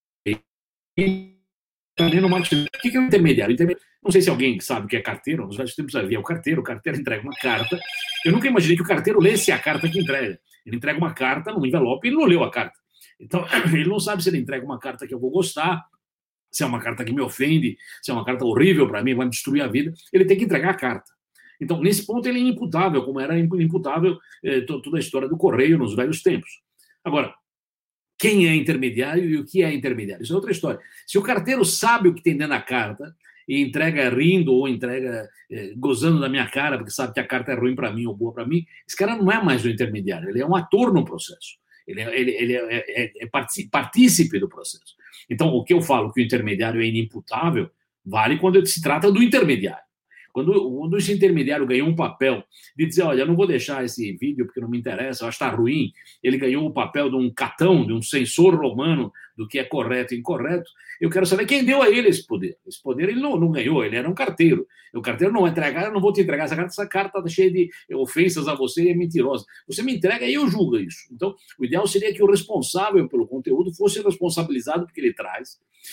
E. No Marco Civil. O que é um intermediário? Não sei se alguém sabe o que é carteiro, nos velhos tempos havia o carteiro, o carteiro entrega uma carta. Eu nunca imaginei que o carteiro lesse a carta que entrega. Ele entrega uma carta num envelope e ele não leu a carta. Então, ele não sabe se ele entrega uma carta que eu vou gostar, se é uma carta que me ofende, se é uma carta horrível para mim, vai me destruir a vida. Ele tem que entregar a carta. Então, nesse ponto, ele é inimputável, como era inimputável eh, toda a história do correio nos velhos tempos. Agora, quem é intermediário e o que é intermediário? Isso é outra história. Se o carteiro sabe o que tem dentro da carta e entrega rindo ou entrega eh, gozando da minha cara porque sabe que a carta é ruim para mim ou boa para mim, esse cara não é mais o intermediário, ele é um ator no processo. Ele é, ele, ele é, é, é partícipe do processo. Então, o que eu falo que o intermediário é inimputável vale quando se trata do intermediário. Quando, quando esse intermediário ganhou um papel de dizer, olha, eu não vou deixar esse vídeo porque não me interessa, eu acho que está ruim, ele ganhou o papel de um catão, de um censor romano do que é correto e incorreto, eu quero saber quem deu a ele esse poder. Esse poder ele não, não ganhou, ele era um carteiro. O carteiro não vai entregar, eu não vou te entregar essa carta, essa carta está cheia de ofensas a você e é mentirosa. Você me entrega e eu julgo isso. Então, o ideal seria que o responsável pelo conteúdo fosse responsabilizado porque ele traz.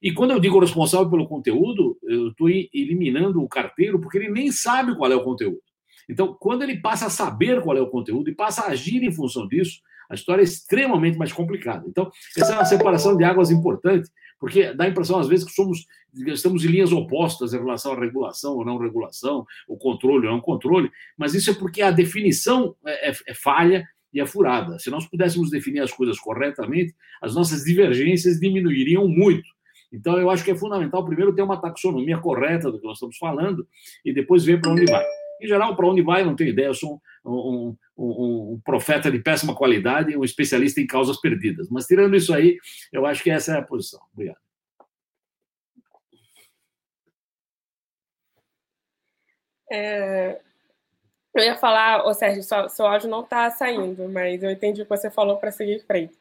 E quando eu digo responsável pelo conteúdo, eu estou eliminando o carteiro, porque ele nem sabe qual é o conteúdo. Então, quando ele passa a saber qual é o conteúdo e passa a agir em função disso, a história é extremamente mais complicada. Então, essa é uma separação de águas importante, porque dá a impressão, às vezes, que somos, estamos em linhas opostas em relação à regulação ou não regulação, o controle ou não controle, mas isso é porque a definição é, é, é falha e é furada. Se nós pudéssemos definir as coisas corretamente, as nossas divergências diminuiriam muito. Então, eu acho que é fundamental, primeiro, ter uma taxonomia correta do que nós estamos falando e depois ver para onde vai. Em geral, para onde vai, eu não tenho ideia, eu sou um, um, um, um profeta de péssima qualidade, um especialista em causas perdidas. Mas, tirando isso aí, eu acho que essa é a posição. Obrigado. É, eu ia falar, ô Sérgio, seu, seu áudio não está saindo, mas eu entendi o que você falou para seguir em frente.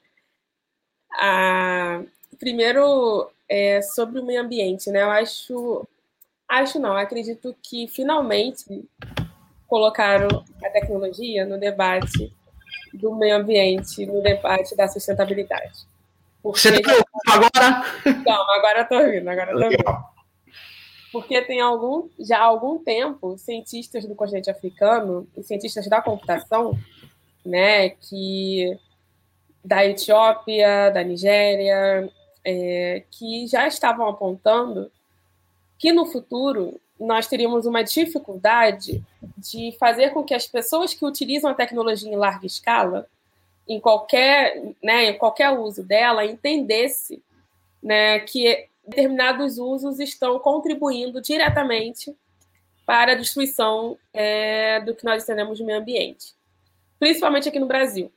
Ah, primeiro, é, sobre o meio ambiente, né? Eu acho... Acho não, acredito que finalmente colocaram a tecnologia no debate do meio ambiente, no debate da sustentabilidade. Porque... Você está ouvindo agora? Não, agora estou ouvindo, agora estou ouvindo. Porque tem algum, já há algum tempo, cientistas do continente africano e cientistas da computação, né, que da Etiópia, da Nigéria, é, que já estavam apontando que no futuro nós teríamos uma dificuldade de fazer com que as pessoas que utilizam a tecnologia em larga escala, em qualquer, né, em qualquer uso dela, entendesse, né, que determinados usos estão contribuindo diretamente para a destruição é, do que nós entendemos de meio ambiente, principalmente aqui no Brasil.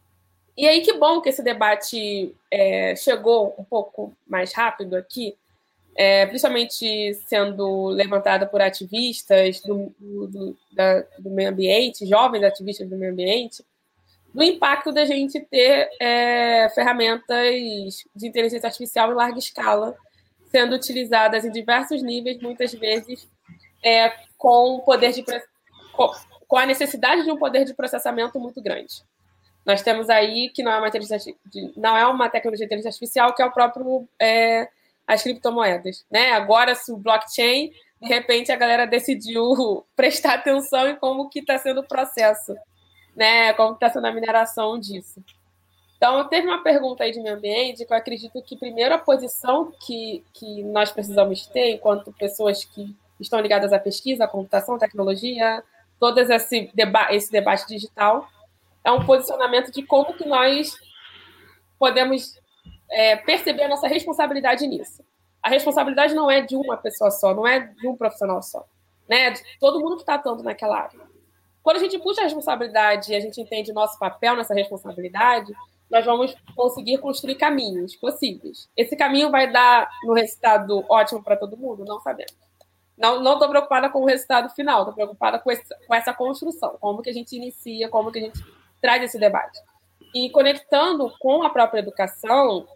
E aí que bom que esse debate é, chegou um pouco mais rápido aqui, É, principalmente sendo levantada por ativistas do, do, da, do meio ambiente, jovens ativistas do meio ambiente, do impacto da gente ter é, ferramentas de inteligência artificial em larga escala sendo utilizadas em diversos níveis, muitas vezes é, com, poder de, com, com a necessidade de um poder de processamento muito grande. Nós temos aí que não é uma, inteligência, não é uma tecnologia de inteligência artificial, que é o próprio... É, as criptomoedas, né? Agora, se o blockchain, de repente a galera decidiu prestar atenção em como que está sendo o processo, né? Como está sendo a mineração disso. Então, teve uma pergunta aí de meio ambiente que eu acredito que, primeiro, a posição que, que nós precisamos ter enquanto pessoas que estão ligadas à pesquisa, à computação, tecnologia, todo esse, deba- esse debate digital, é um posicionamento de como que nós podemos... É, perceber a nossa responsabilidade nisso. A responsabilidade não é de uma pessoa só, não é de um profissional só, né? De todo mundo que está atuando naquela área. Quando a gente puxa a responsabilidade e a gente entende o nosso papel nessa responsabilidade, nós vamos conseguir construir caminhos possíveis. Esse caminho vai dar no resultado ótimo para todo mundo? Não sabemos. Não estou preocupada com o resultado final, estou preocupada com, esse, com essa construção, como que a gente inicia, como que a gente traz esse debate. E conectando com a própria educação,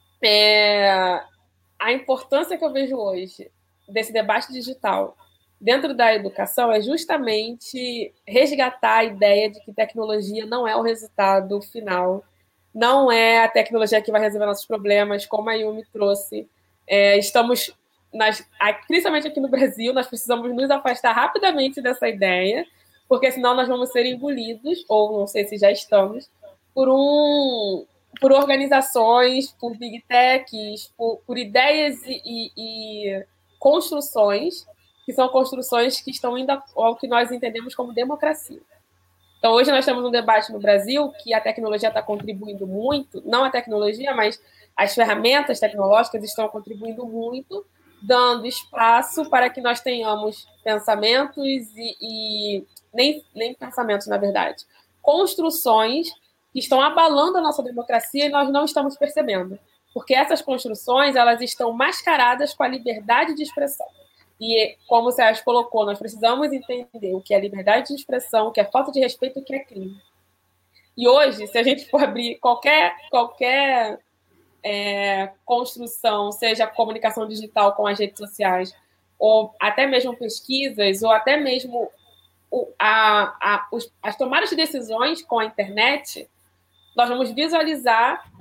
é, a importância que eu vejo hoje desse debate digital dentro da educação é justamente resgatar a ideia de que tecnologia não é o resultado final, não é a tecnologia que vai resolver nossos problemas, como a Yumi trouxe. É, estamos, nas, principalmente aqui no Brasil, nós precisamos nos afastar rapidamente dessa ideia, porque senão nós vamos ser engolidos, ou não sei se já estamos, por um... por organizações, por big techs, por, por ideias e, e, e construções, que são construções que estão indo ao que nós entendemos como democracia. Então, hoje nós temos um debate no Brasil que a tecnologia está contribuindo muito, não a tecnologia, mas as ferramentas tecnológicas estão contribuindo muito, dando espaço para que nós tenhamos pensamentos e, e nem, nem pensamentos, na verdade, construções que estão abalando a nossa democracia e nós não estamos percebendo. Porque essas construções, elas estão mascaradas com a liberdade de expressão. E, como o Sérgio colocou, nós precisamos entender o que é liberdade de expressão, o que é falta de respeito e o que é crime. E hoje, se a gente for abrir qualquer, qualquer é, construção, seja comunicação digital com as redes sociais, ou até mesmo pesquisas, ou até mesmo o, a, a, os, as tomadas de decisões com a internet, nós vamos visualizar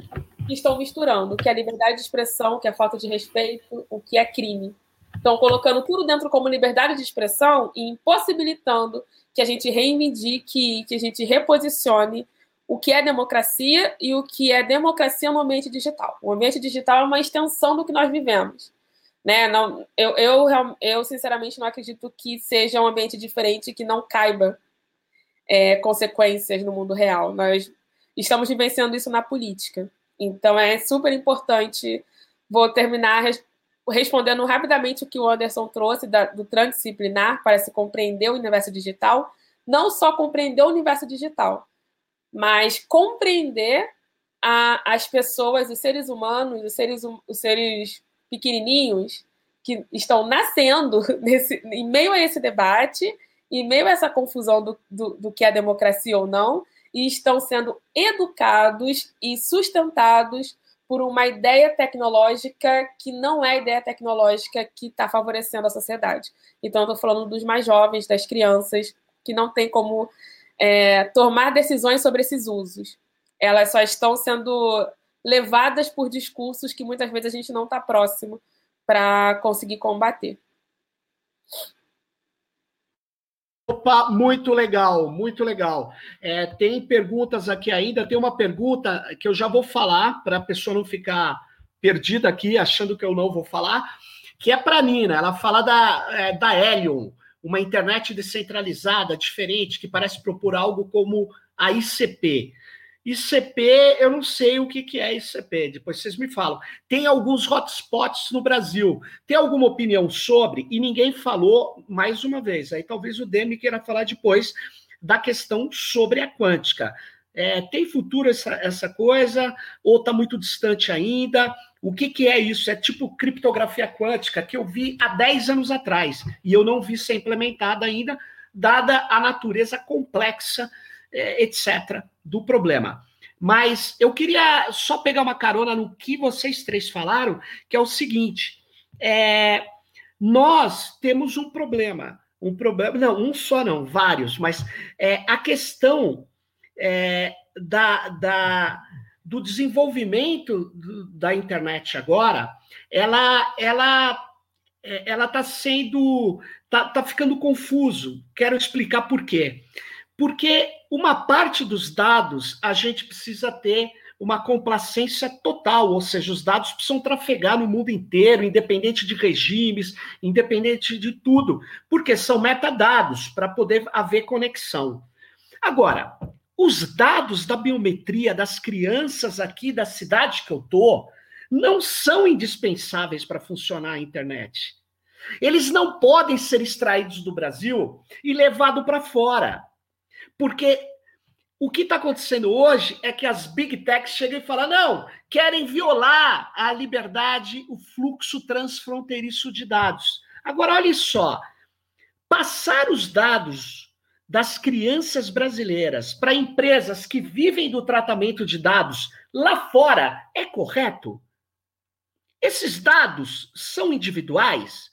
que estão misturando o que é liberdade de expressão, o que é falta de respeito, o que é crime. Estão colocando tudo dentro como liberdade de expressão e impossibilitando que a gente reivindique, que a gente reposicione o que é democracia e o que é democracia no ambiente digital. O ambiente digital é uma extensão do que nós vivemos. Né? Não, eu, eu, eu, sinceramente, não acredito que seja um ambiente diferente que não caiba é, consequências no mundo real. Nós estamos vivenciando isso na política. Então, é super importante. Vou terminar res, respondendo rapidamente o que o Anderson trouxe da, do transdisciplinar para se compreender o universo digital. Não só compreender o universo digital, mas compreender a, as pessoas, os seres humanos, os seres, os seres pequenininhos que estão nascendo nesse, em meio a esse debate, em meio a essa confusão do, do, do que é democracia ou não, e estão sendo educados e sustentados por uma ideia tecnológica que não é a ideia tecnológica que está favorecendo a sociedade. Então, eu estou falando dos mais jovens, das crianças, que não tem como é, tomar decisões sobre esses usos. Elas só estão sendo levadas por discursos que muitas vezes a gente não está próximo para conseguir combater. Opa, muito legal, muito legal. É, tem perguntas aqui ainda, tem uma pergunta que eu já vou falar, para a pessoa não ficar perdida aqui, achando que eu não vou falar, que é para a Nina. Ela fala da, é, da Helium, uma internet descentralizada, diferente, que parece propor algo como a I C P. I C P, eu não sei o que, que é I C P, depois vocês me falam. Tem alguns hotspots no Brasil. Tem alguma opinião sobre? E ninguém falou, mais uma vez, aí talvez o Demi queira falar depois da questão sobre a quântica. É, tem futuro essa, essa coisa? Ou está muito distante ainda? O que, que é isso? É tipo criptografia quântica, que eu vi há dez anos atrás, e eu não vi ser implementada ainda, dada a natureza complexa, etcétera, do problema. Mas eu queria só pegar uma carona no que vocês três falaram, que é o seguinte, é, nós temos um problema, um problema, não, um só não, vários, mas é, a questão é, da, da, do desenvolvimento do, da internet agora, ela ela ela está sendo, está tá ficando confuso. Quero explicar por quê. Porque uma parte dos dados a gente precisa ter uma complacência total, ou seja, os dados precisam trafegar no mundo inteiro, independente de regimes, independente de tudo, porque são metadados para poder haver conexão. Agora, os dados da biometria das crianças aqui da cidade que eu estou não são indispensáveis para funcionar a internet. Eles não podem ser extraídos do Brasil e levados para fora. Porque o que está acontecendo hoje é que as big techs chegam e falam, não, querem violar a liberdade, o fluxo transfronteiriço de dados. Agora, olha só, passar os dados das crianças brasileiras para empresas que vivem do tratamento de dados lá fora é correto? Esses dados são individuais?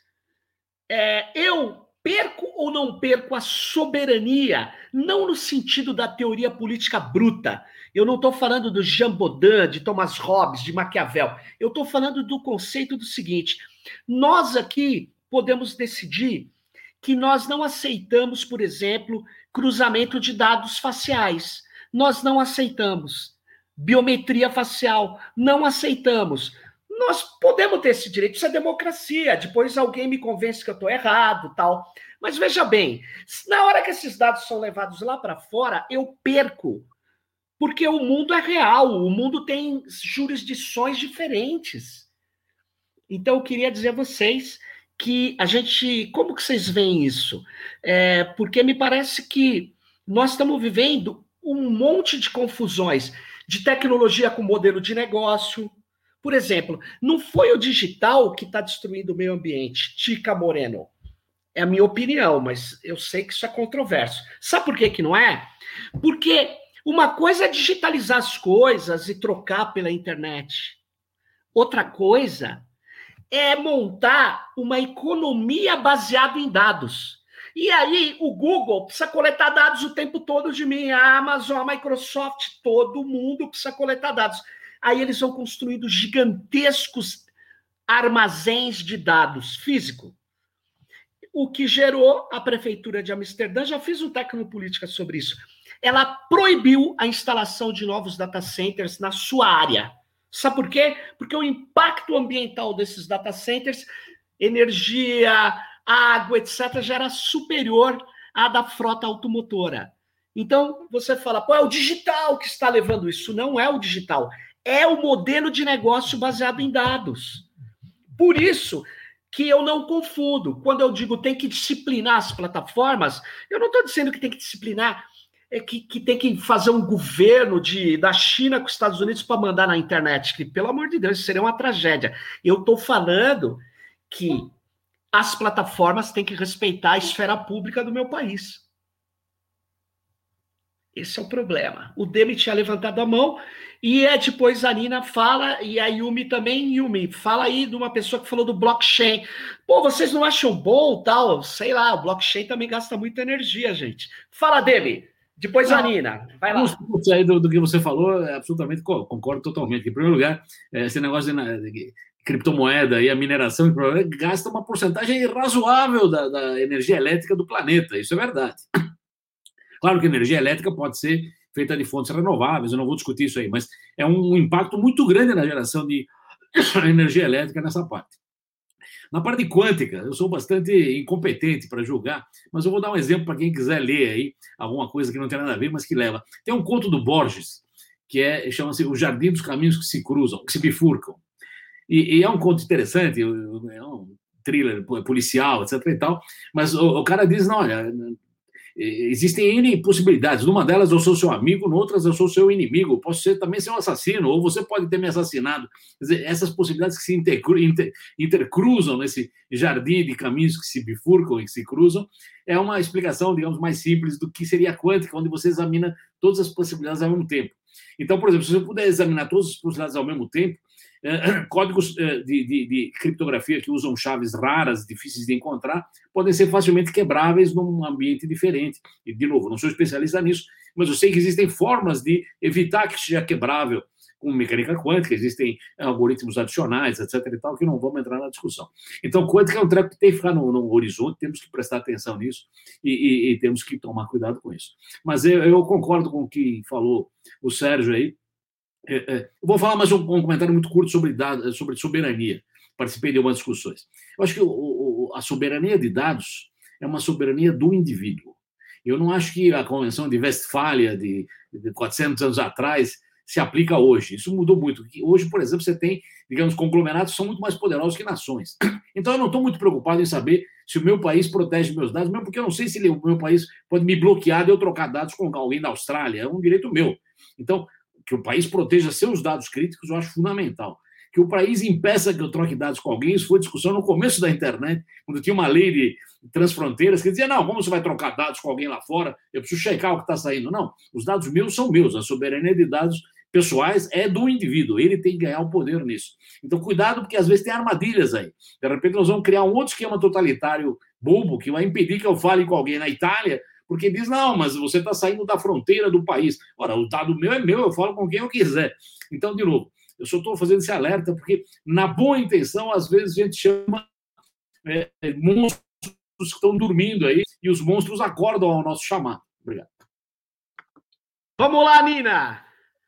É, eu perco ou não perco a soberania, não no sentido da teoria política bruta. Eu não estou falando do Jean Baudin, de Thomas Hobbes, de Maquiavel. Eu estou falando do conceito do seguinte, nós aqui podemos decidir que nós não aceitamos, por exemplo, cruzamento de dados faciais. Nós não aceitamos biometria facial, não aceitamos. Nós podemos ter esse direito, isso é democracia. Depois alguém me convence que eu estou errado, tal. Mas veja bem, na hora que esses dados são levados lá para fora, eu perco. Porque o mundo é real, o mundo tem jurisdições diferentes. Então, eu queria dizer a vocês que a gente... Como que vocês veem isso? É, porque me parece que nós estamos vivendo um monte de confusões de tecnologia com modelo de negócio. Por exemplo, não foi o digital que está destruindo o meio ambiente, Tica Moreno. É a minha opinião, mas eu sei que isso é controverso. Sabe por que que não é? Porque uma coisa é digitalizar as coisas e trocar pela internet. Outra coisa é montar uma economia baseada em dados. E aí o Google precisa coletar dados o tempo todo de mim, a Amazon, a Microsoft, todo mundo precisa coletar dados. Aí eles vão construindo gigantescos armazéns de dados físico, o que gerou a prefeitura de Amsterdã. Já fiz um Tecnopolítica sobre isso. Ela proibiu a instalação de novos data centers na sua área. Sabe por quê? Porque o impacto ambiental desses data centers, energia, água, etcétera, já era superior à da frota automotora. Então, você fala, pô, é o digital que está levando isso. Não é o digital, é o modelo de negócio baseado em dados. Por isso que eu não confundo. Quando eu digo tem que disciplinar as plataformas, eu não estou dizendo que tem que disciplinar, é que, que tem que fazer um governo de, da China com os Estados Unidos para mandar na internet, que, pelo amor de Deus, isso seria uma tragédia. Eu estou falando que as plataformas têm que respeitar a esfera pública do meu país. Esse é o problema. O Demi tinha levantado a mão e é, depois a Nina fala, e a Yumi também. Yumi, fala aí de uma pessoa que falou do blockchain. Pô, vocês não acham bom tal? Sei lá, o blockchain também gasta muita energia, gente. Fala, Demi. Depois não, a Nina. Vai lá. Aí do, do que você falou, absolutamente concordo totalmente. Em primeiro lugar, esse negócio de, de criptomoeda e a mineração gasta uma porcentagem razoável da, da energia elétrica do planeta. Isso é verdade. Claro que a energia elétrica pode ser feita de fontes renováveis, eu não vou discutir isso aí, mas é um impacto muito grande na geração de energia elétrica nessa parte. Na parte quântica, eu sou bastante incompetente para julgar, mas eu vou dar um exemplo para quem quiser ler aí alguma coisa que não tem nada a ver, mas que leva. Tem um conto do Borges, que é, chama-se O Jardim dos Caminhos que se Cruzam, que se bifurcam. E, e é um conto interessante, é um thriller policial, etc e tal, mas o, o cara diz, não, olha... Existem N possibilidades. Numa delas eu sou seu amigo, noutras eu sou seu inimigo. Posso ser também ser um assassino, ou você pode ter me assassinado. Quer dizer, essas possibilidades que se intercru, inter, intercruzam nesse jardim de caminhos que se bifurcam e que se cruzam, é uma explicação, digamos, mais simples do que seria a quântica, onde você examina todas as possibilidades ao mesmo tempo. Então, por exemplo, se você puder examinar todas as possibilidades ao mesmo tempo, códigos de, de, de criptografia que usam chaves raras, difíceis de encontrar, podem ser facilmente quebráveis num ambiente diferente. E, de novo, não sou especialista nisso, mas eu sei que existem formas de evitar que seja quebrável com mecânica quântica, existem algoritmos adicionais, etc e tal, que não vamos entrar na discussão. Então, quântica é um treco que tem que ficar no, no horizonte, temos que prestar atenção nisso e, e, e temos que tomar cuidado com isso. Mas eu, eu concordo com o que falou o Sérgio aí. É, é, eu vou falar mais um, um comentário muito curto sobre, dados, sobre soberania. Participei de algumas discussões. Eu acho que o, o, a soberania de dados é uma soberania do indivíduo. Eu não acho que a Convenção de Westfália de, de quatrocentos anos atrás se aplica hoje. Isso mudou muito. Hoje, por exemplo, você tem, digamos, conglomerados que são muito mais poderosos que nações. Então, eu não estou muito preocupado em saber se o meu país protege meus dados, mesmo porque eu não sei se ele, o meu país pode me bloquear de eu trocar dados com alguém da Austrália. É um direito meu. Então, que o país proteja seus dados críticos, eu acho fundamental. Que o país impeça que eu troque dados com alguém, isso foi discussão no começo da internet, quando tinha uma lei de transfronteiras que dizia, não, como você vai trocar dados com alguém lá fora? Eu preciso checar o que está saindo. Não, os dados meus são meus, a soberania de dados pessoais é do indivíduo, ele tem que ganhar o poder nisso. Então, cuidado, porque às vezes tem armadilhas aí. De repente, nós vamos criar um outro esquema totalitário bobo que vai impedir que eu fale com alguém na Itália, porque diz, não, mas você está saindo da fronteira do país. Ora, o dado meu é meu, eu falo com quem eu quiser. Então, de novo, eu só estou fazendo esse alerta, porque na boa intenção, às vezes a gente chama é, monstros que estão dormindo aí, e os monstros acordam ao nosso chamado. Obrigado. Vamos lá, Nina!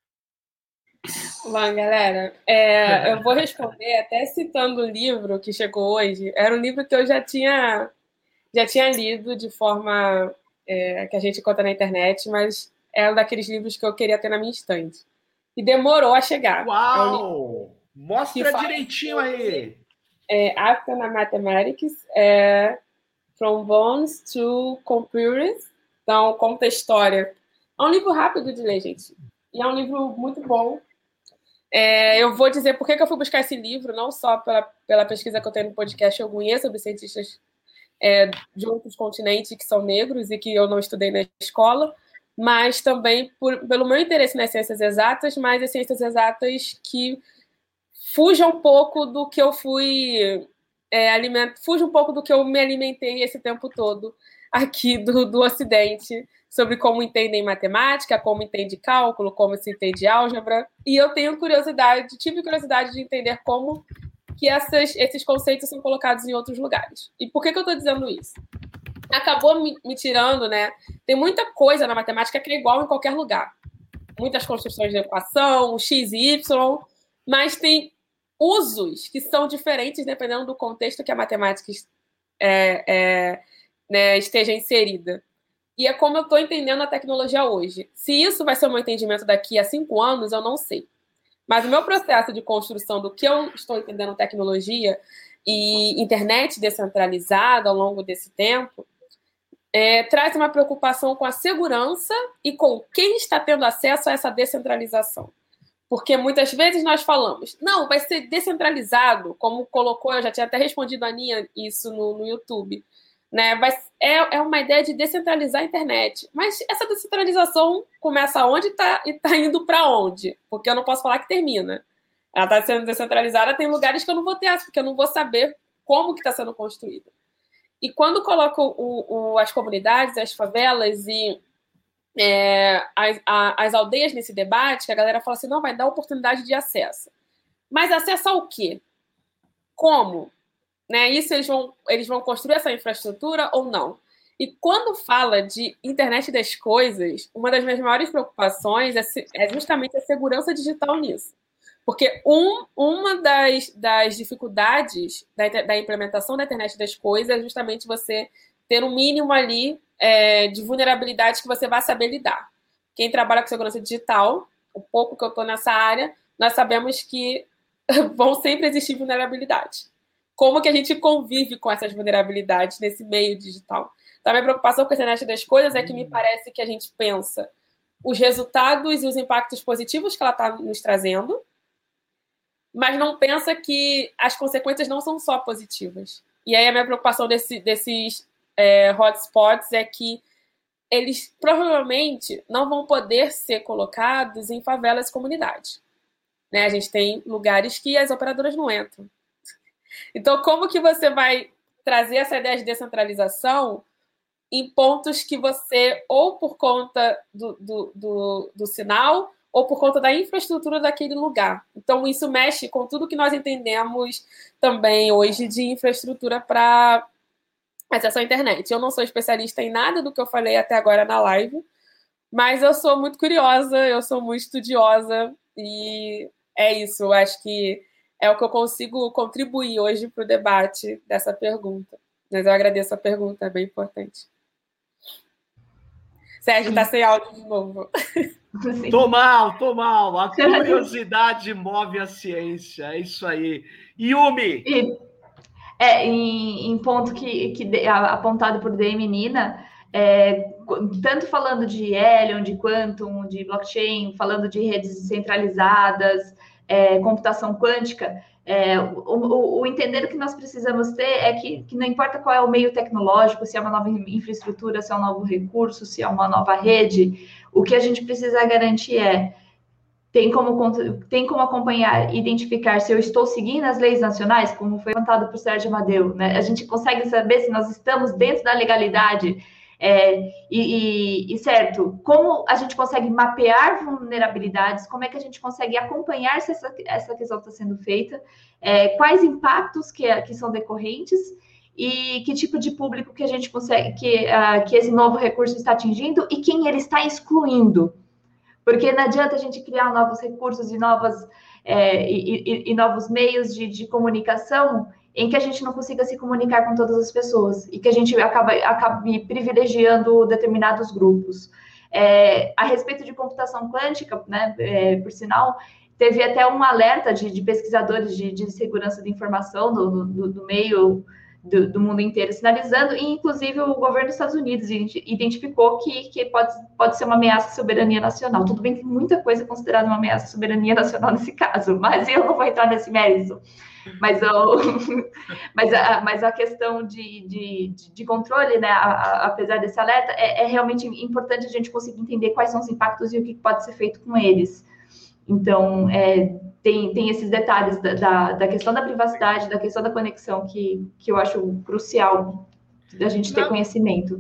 Bom, galera, é, eu vou responder até citando um livro que chegou hoje. Era um livro que eu já tinha, já tinha lido de forma é, que a gente encontra na internet, mas é um daqueles livros que eu queria ter na minha estante. E demorou a chegar. Uau! É um Mostra direitinho aí! É, After Mathematics, é, From Bones to Computers. Então, conta a história. É um livro rápido de ler, gente. E é um livro muito bom. É, eu vou dizer por que eu fui buscar esse livro, não só pela, pela pesquisa que eu tenho no podcast, eu conheço sobre cientistas é, de outros continentes que são negros e que eu não estudei na escola, mas também por, pelo meu interesse nas ciências exatas, mas as ciências exatas que fujam um pouco do que eu fui... É, aliment... fuja um pouco do que eu me alimentei esse tempo todo aqui do, do Ocidente sobre como entendem matemática, como entende cálculo, como se entende álgebra, e eu tenho curiosidade, tive curiosidade de entender como que essas, esses conceitos são colocados em outros lugares. E por que, que eu estou dizendo isso? Acabou me, me tirando, né? Tem muita coisa na matemática que é igual em qualquer lugar. Muitas construções de equação, x e y, mas tem usos que são diferentes dependendo do contexto que a matemática é, é, né, esteja inserida. E é como eu estou entendendo a tecnologia hoje. Se isso vai ser o meu entendimento daqui a cinco anos, eu não sei. Mas o meu processo de construção do que eu estou entendendo tecnologia e internet descentralizada ao longo desse tempo é, traz uma preocupação com a segurança e com quem está tendo acesso a essa descentralização. Porque muitas vezes nós falamos, não, vai ser descentralizado, como colocou, eu já tinha até respondido a Aninha isso no, no YouTube. Né? Vai, é, é uma ideia de descentralizar a internet. Mas essa descentralização começa onde tá, e está indo para onde? Porque eu não posso falar que termina. Ela está sendo descentralizada, tem lugares que eu não vou ter acesso, porque eu não vou saber como que está sendo construída. E quando coloco o, o, as comunidades, as favelas e é, as, a, as aldeias nesse debate, a galera fala assim, não, vai dar oportunidade de acesso. Mas acesso ao quê? Como? Né? Isso eles vão, eles vão construir essa infraestrutura ou não? E quando fala de internet das coisas, uma das minhas maiores preocupações é, é justamente a segurança digital nisso. Porque um, uma das, das dificuldades da, da implementação da internet das coisas é justamente você ter um mínimo ali é, de vulnerabilidade que você vai saber lidar. Quem trabalha com segurança digital, o pouco que eu estou nessa área, nós sabemos que vão sempre existir vulnerabilidades. Como que a gente convive com essas vulnerabilidades nesse meio digital? Então, a minha preocupação com a internet das coisas é que me parece que a gente pensa os resultados e os impactos positivos que ela está nos trazendo, mas não pensa que as consequências não são só positivas. E aí a minha preocupação desse, desses é, hotspots é que eles provavelmente não vão poder ser colocados em favelas e comunidades. Né? A gente tem lugares que as operadoras não entram. Então, como que você vai trazer essa ideia de descentralização em pontos que você, ou por conta do, do, do, do sinal, ou por conta da infraestrutura daquele lugar. Então, isso mexe com tudo que nós entendemos também hoje de infraestrutura para acesso à internet. Eu não sou especialista em nada do que eu falei até agora na live, mas eu sou muito curiosa, eu sou muito estudiosa, e é isso, eu acho que é o que eu consigo contribuir hoje para o debate dessa pergunta. Mas eu agradeço a pergunta, é bem importante. Sérgio, está sem áudio de novo. Tô mal, tô mal. A curiosidade move a ciência, é isso aí. Yumi! E, é, em, em ponto que, que apontado por D M Nina, é, tanto falando de Helium, de Quantum, de blockchain, falando de redes descentralizadas, É, computação quântica, é, o, o, o entender que nós precisamos ter é que, que não importa qual é o meio tecnológico, se é uma nova infraestrutura, se é um novo recurso, se é uma nova rede, o que a gente precisa garantir é tem como, tem como acompanhar e identificar se eu estou seguindo as leis nacionais, como foi contado por Sérgio Amadeu, né? A gente consegue saber se nós estamos dentro da legalidade. É, e, e, e certo, como a gente consegue mapear vulnerabilidades, como é que a gente consegue acompanhar se essa, essa questão está sendo feita, é, quais impactos que, que são decorrentes e que tipo de público que a gente consegue, que, uh, que esse novo recurso está atingindo e quem ele está excluindo. Porque não adianta a gente criar novos recursos e, novas, é, e, e, e novos meios de, de comunicação em que a gente não consiga se comunicar com todas as pessoas e que a gente acaba, acabe privilegiando determinados grupos. É, a respeito de computação quântica, né, é, por sinal, teve até um alerta de, de pesquisadores de, de segurança da informação do, do, do meio do, do mundo inteiro sinalizando, e inclusive o governo dos Estados Unidos identificou que, que pode, pode ser uma ameaça à soberania nacional. Tudo bem que muita coisa é considerada uma ameaça à soberania nacional nesse caso, mas eu não vou entrar nesse mérito. Mas, eu, mas, a, mas a questão de, de, de controle, né, a, a, apesar desse alerta, é, é realmente importante a gente conseguir entender quais são os impactos e o que pode ser feito com eles. Então, é, tem, tem esses detalhes da, da, da questão da privacidade, da questão da conexão, que, que eu acho crucial da gente ter Não. conhecimento.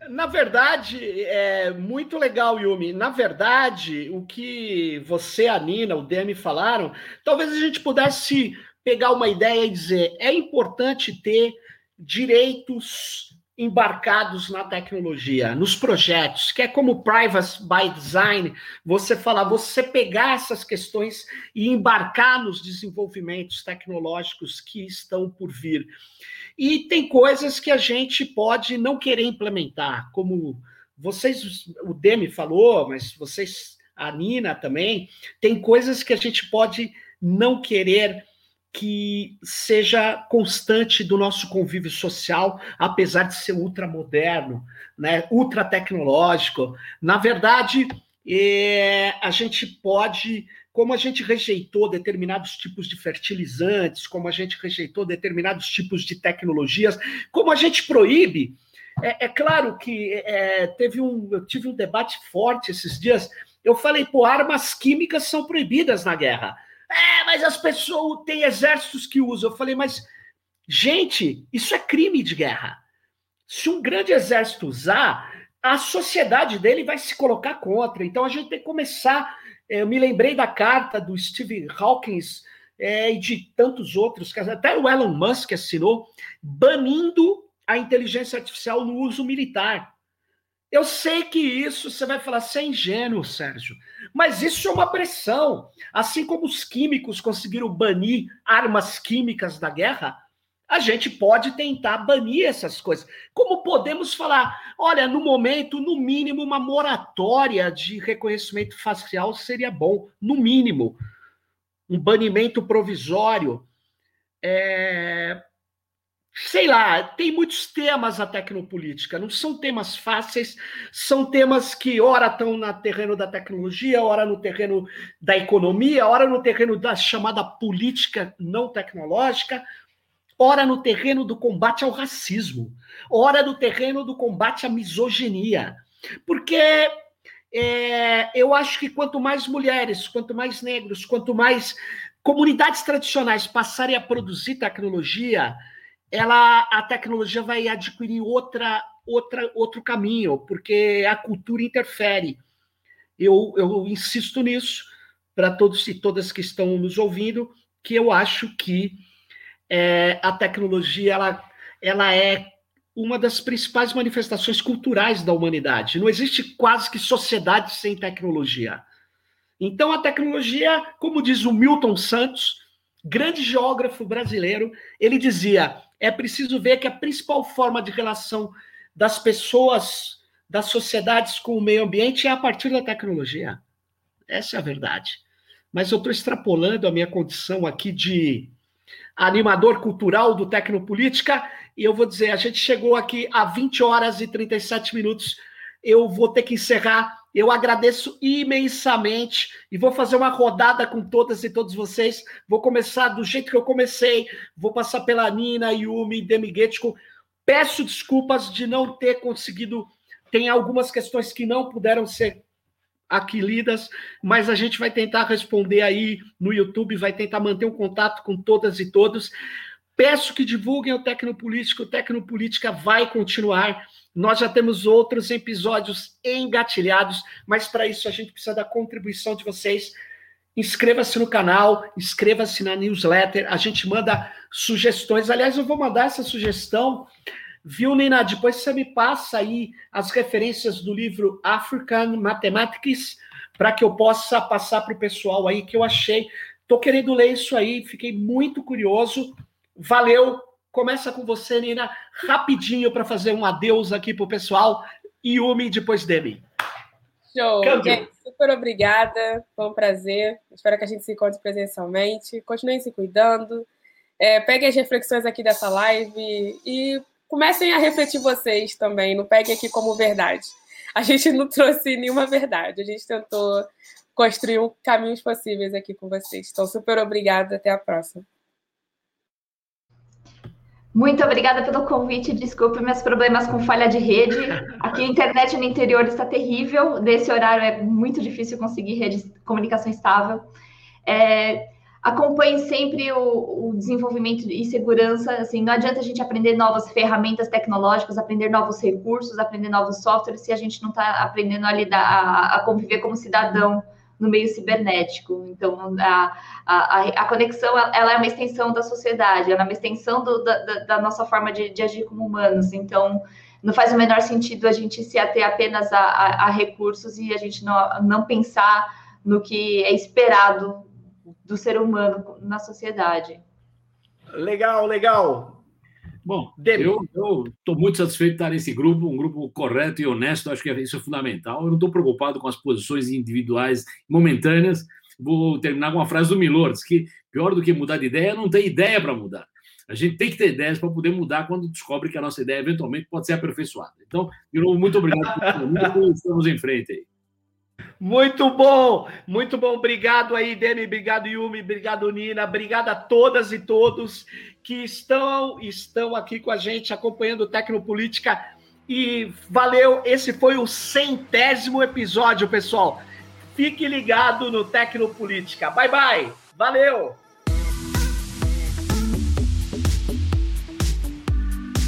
Na verdade, é muito legal, Yumi. Na verdade, o que você, a Nina, o Demi falaram, talvez a gente pudesse pegar uma ideia e dizer, é importante ter direitos embarcados na tecnologia, nos projetos, que é como Privacy by Design, você falar, você pegar essas questões e embarcar nos desenvolvimentos tecnológicos que estão por vir. E tem coisas que a gente pode não querer implementar, como vocês, o Demi falou, mas vocês, a Nina também, tem coisas que a gente pode não querer que seja constante do nosso convívio social, apesar de ser ultramoderno, né, ultra tecnológico. Na verdade, é, a gente pode, como a gente rejeitou determinados tipos de fertilizantes, como a gente rejeitou determinados tipos de tecnologias, como a gente proíbe, é, é claro que é, teve um, eu tive um debate forte esses dias, eu falei, pô, armas químicas são proibidas na guerra. É, mas as pessoas têm exércitos que usam. Eu falei, mas, gente, isso é crime de guerra. Se um grande exército usar, a sociedade dele vai se colocar contra. Então, a gente tem que começar... Eu me lembrei da carta do Steve Hawkins é, e de tantos outros, até o Elon Musk assinou, banindo a inteligência artificial no uso militar. Eu sei que isso, você vai falar, você é ingênuo, Sérgio, mas isso é uma pressão. Assim como os químicos conseguiram banir armas químicas da guerra, a gente pode tentar banir essas coisas. Como podemos falar, olha, no momento, no mínimo, uma moratória de reconhecimento facial seria bom, no mínimo. Um banimento provisório. É... Sei lá, tem muitos temas a tecnopolítica, não são temas fáceis, são temas que ora estão no terreno da tecnologia, ora no terreno da economia, ora no terreno da chamada política não tecnológica, ora no terreno do combate ao racismo, ora no terreno do combate à misoginia. Porque é, eu acho que quanto mais mulheres, quanto mais negros, quanto mais comunidades tradicionais passarem a produzir tecnologia, ela, a tecnologia vai adquirir outra, outra, outro caminho, porque a cultura interfere. Eu, eu insisto nisso, para todos e todas que estão nos ouvindo, que eu acho que é, a tecnologia ela, ela é uma das principais manifestações culturais da humanidade. Não existe quase que sociedade sem tecnologia. Então, a tecnologia, como diz o Milton Santos, grande geógrafo brasileiro, ele dizia... É preciso ver que a principal forma de relação das pessoas, das sociedades com o meio ambiente é a partir da tecnologia. Essa é a verdade. Mas eu estou extrapolando a minha condição aqui de animador cultural do Tecnopolítica e eu vou dizer, a gente chegou aqui a vinte horas e trinta e sete minutos, eu vou ter que encerrar. Eu agradeço imensamente e vou fazer uma rodada com todas e todos vocês. Vou começar do jeito que eu comecei, vou passar pela Nina, Yumi, Demi Getchko. Peço desculpas de não ter conseguido, tem algumas questões que não puderam ser aqui lidas, mas a gente vai tentar responder aí no YouTube, vai tentar manter um contato com todas e todos. Peço que divulguem o Tecnopolítica, o Tecnopolítica vai continuar. Nós já temos outros episódios engatilhados, mas para isso a gente precisa da contribuição de vocês. Inscreva-se no canal, inscreva-se na newsletter, a gente manda sugestões. Aliás, eu vou mandar essa sugestão, viu, Nina? Depois você me passa aí as referências do livro African Mathematics, para que eu possa passar para o pessoal aí, que eu achei. Estou querendo ler isso aí, fiquei muito curioso. Valeu! Começa com você, Nina, rapidinho para fazer um adeus aqui para o pessoal. Yumi, depois Demi. Show! Gente, super obrigada, foi um prazer. Espero que a gente se encontre presencialmente. Continuem se cuidando. É, peguem as reflexões aqui dessa live e comecem a refletir vocês também. Não peguem aqui como verdade. A gente não trouxe nenhuma verdade. A gente tentou construir um caminhos possíveis aqui com vocês. Então, super obrigada. Até a próxima. Muito obrigada pelo convite, desculpe meus problemas com falha de rede. Aqui a internet no interior está terrível, desse horário é muito difícil conseguir rede de comunicação estável. É, acompanhe sempre o, o desenvolvimento e segurança. Assim, não adianta a gente aprender novas ferramentas tecnológicas, aprender novos recursos, aprender novos softwares, se a gente não está aprendendo a lidar, a, a conviver como cidadão no meio cibernético. Então, a, a, a conexão, ela é uma extensão da sociedade, ela é uma extensão do, da, da nossa forma de, de agir como humanos. Então, não faz o menor sentido a gente se ater apenas a, a, a recursos e a gente não, não pensar no que é esperado do ser humano na sociedade. Legal, legal. Bom, eu estou muito satisfeito de estar nesse grupo, um grupo correto e honesto, acho que isso é fundamental. Eu não estou preocupado com as posições individuais momentâneas. Vou terminar com uma frase do Milor, diz que pior do que mudar de ideia, não tem ideia para mudar. A gente tem que ter ideias para poder mudar quando descobre que a nossa ideia eventualmente pode ser aperfeiçoada. Então, de novo, muito obrigado. Muito estamos em frente aí. Muito bom, muito bom. Obrigado aí, Demi, obrigado, Yumi, obrigado, Nina, obrigado a todas e todos que estão, estão aqui com a gente, acompanhando o Tecnopolítica. E valeu, esse foi o centésimo episódio, pessoal. Fique ligado no Tecnopolítica. Bye, bye. Valeu!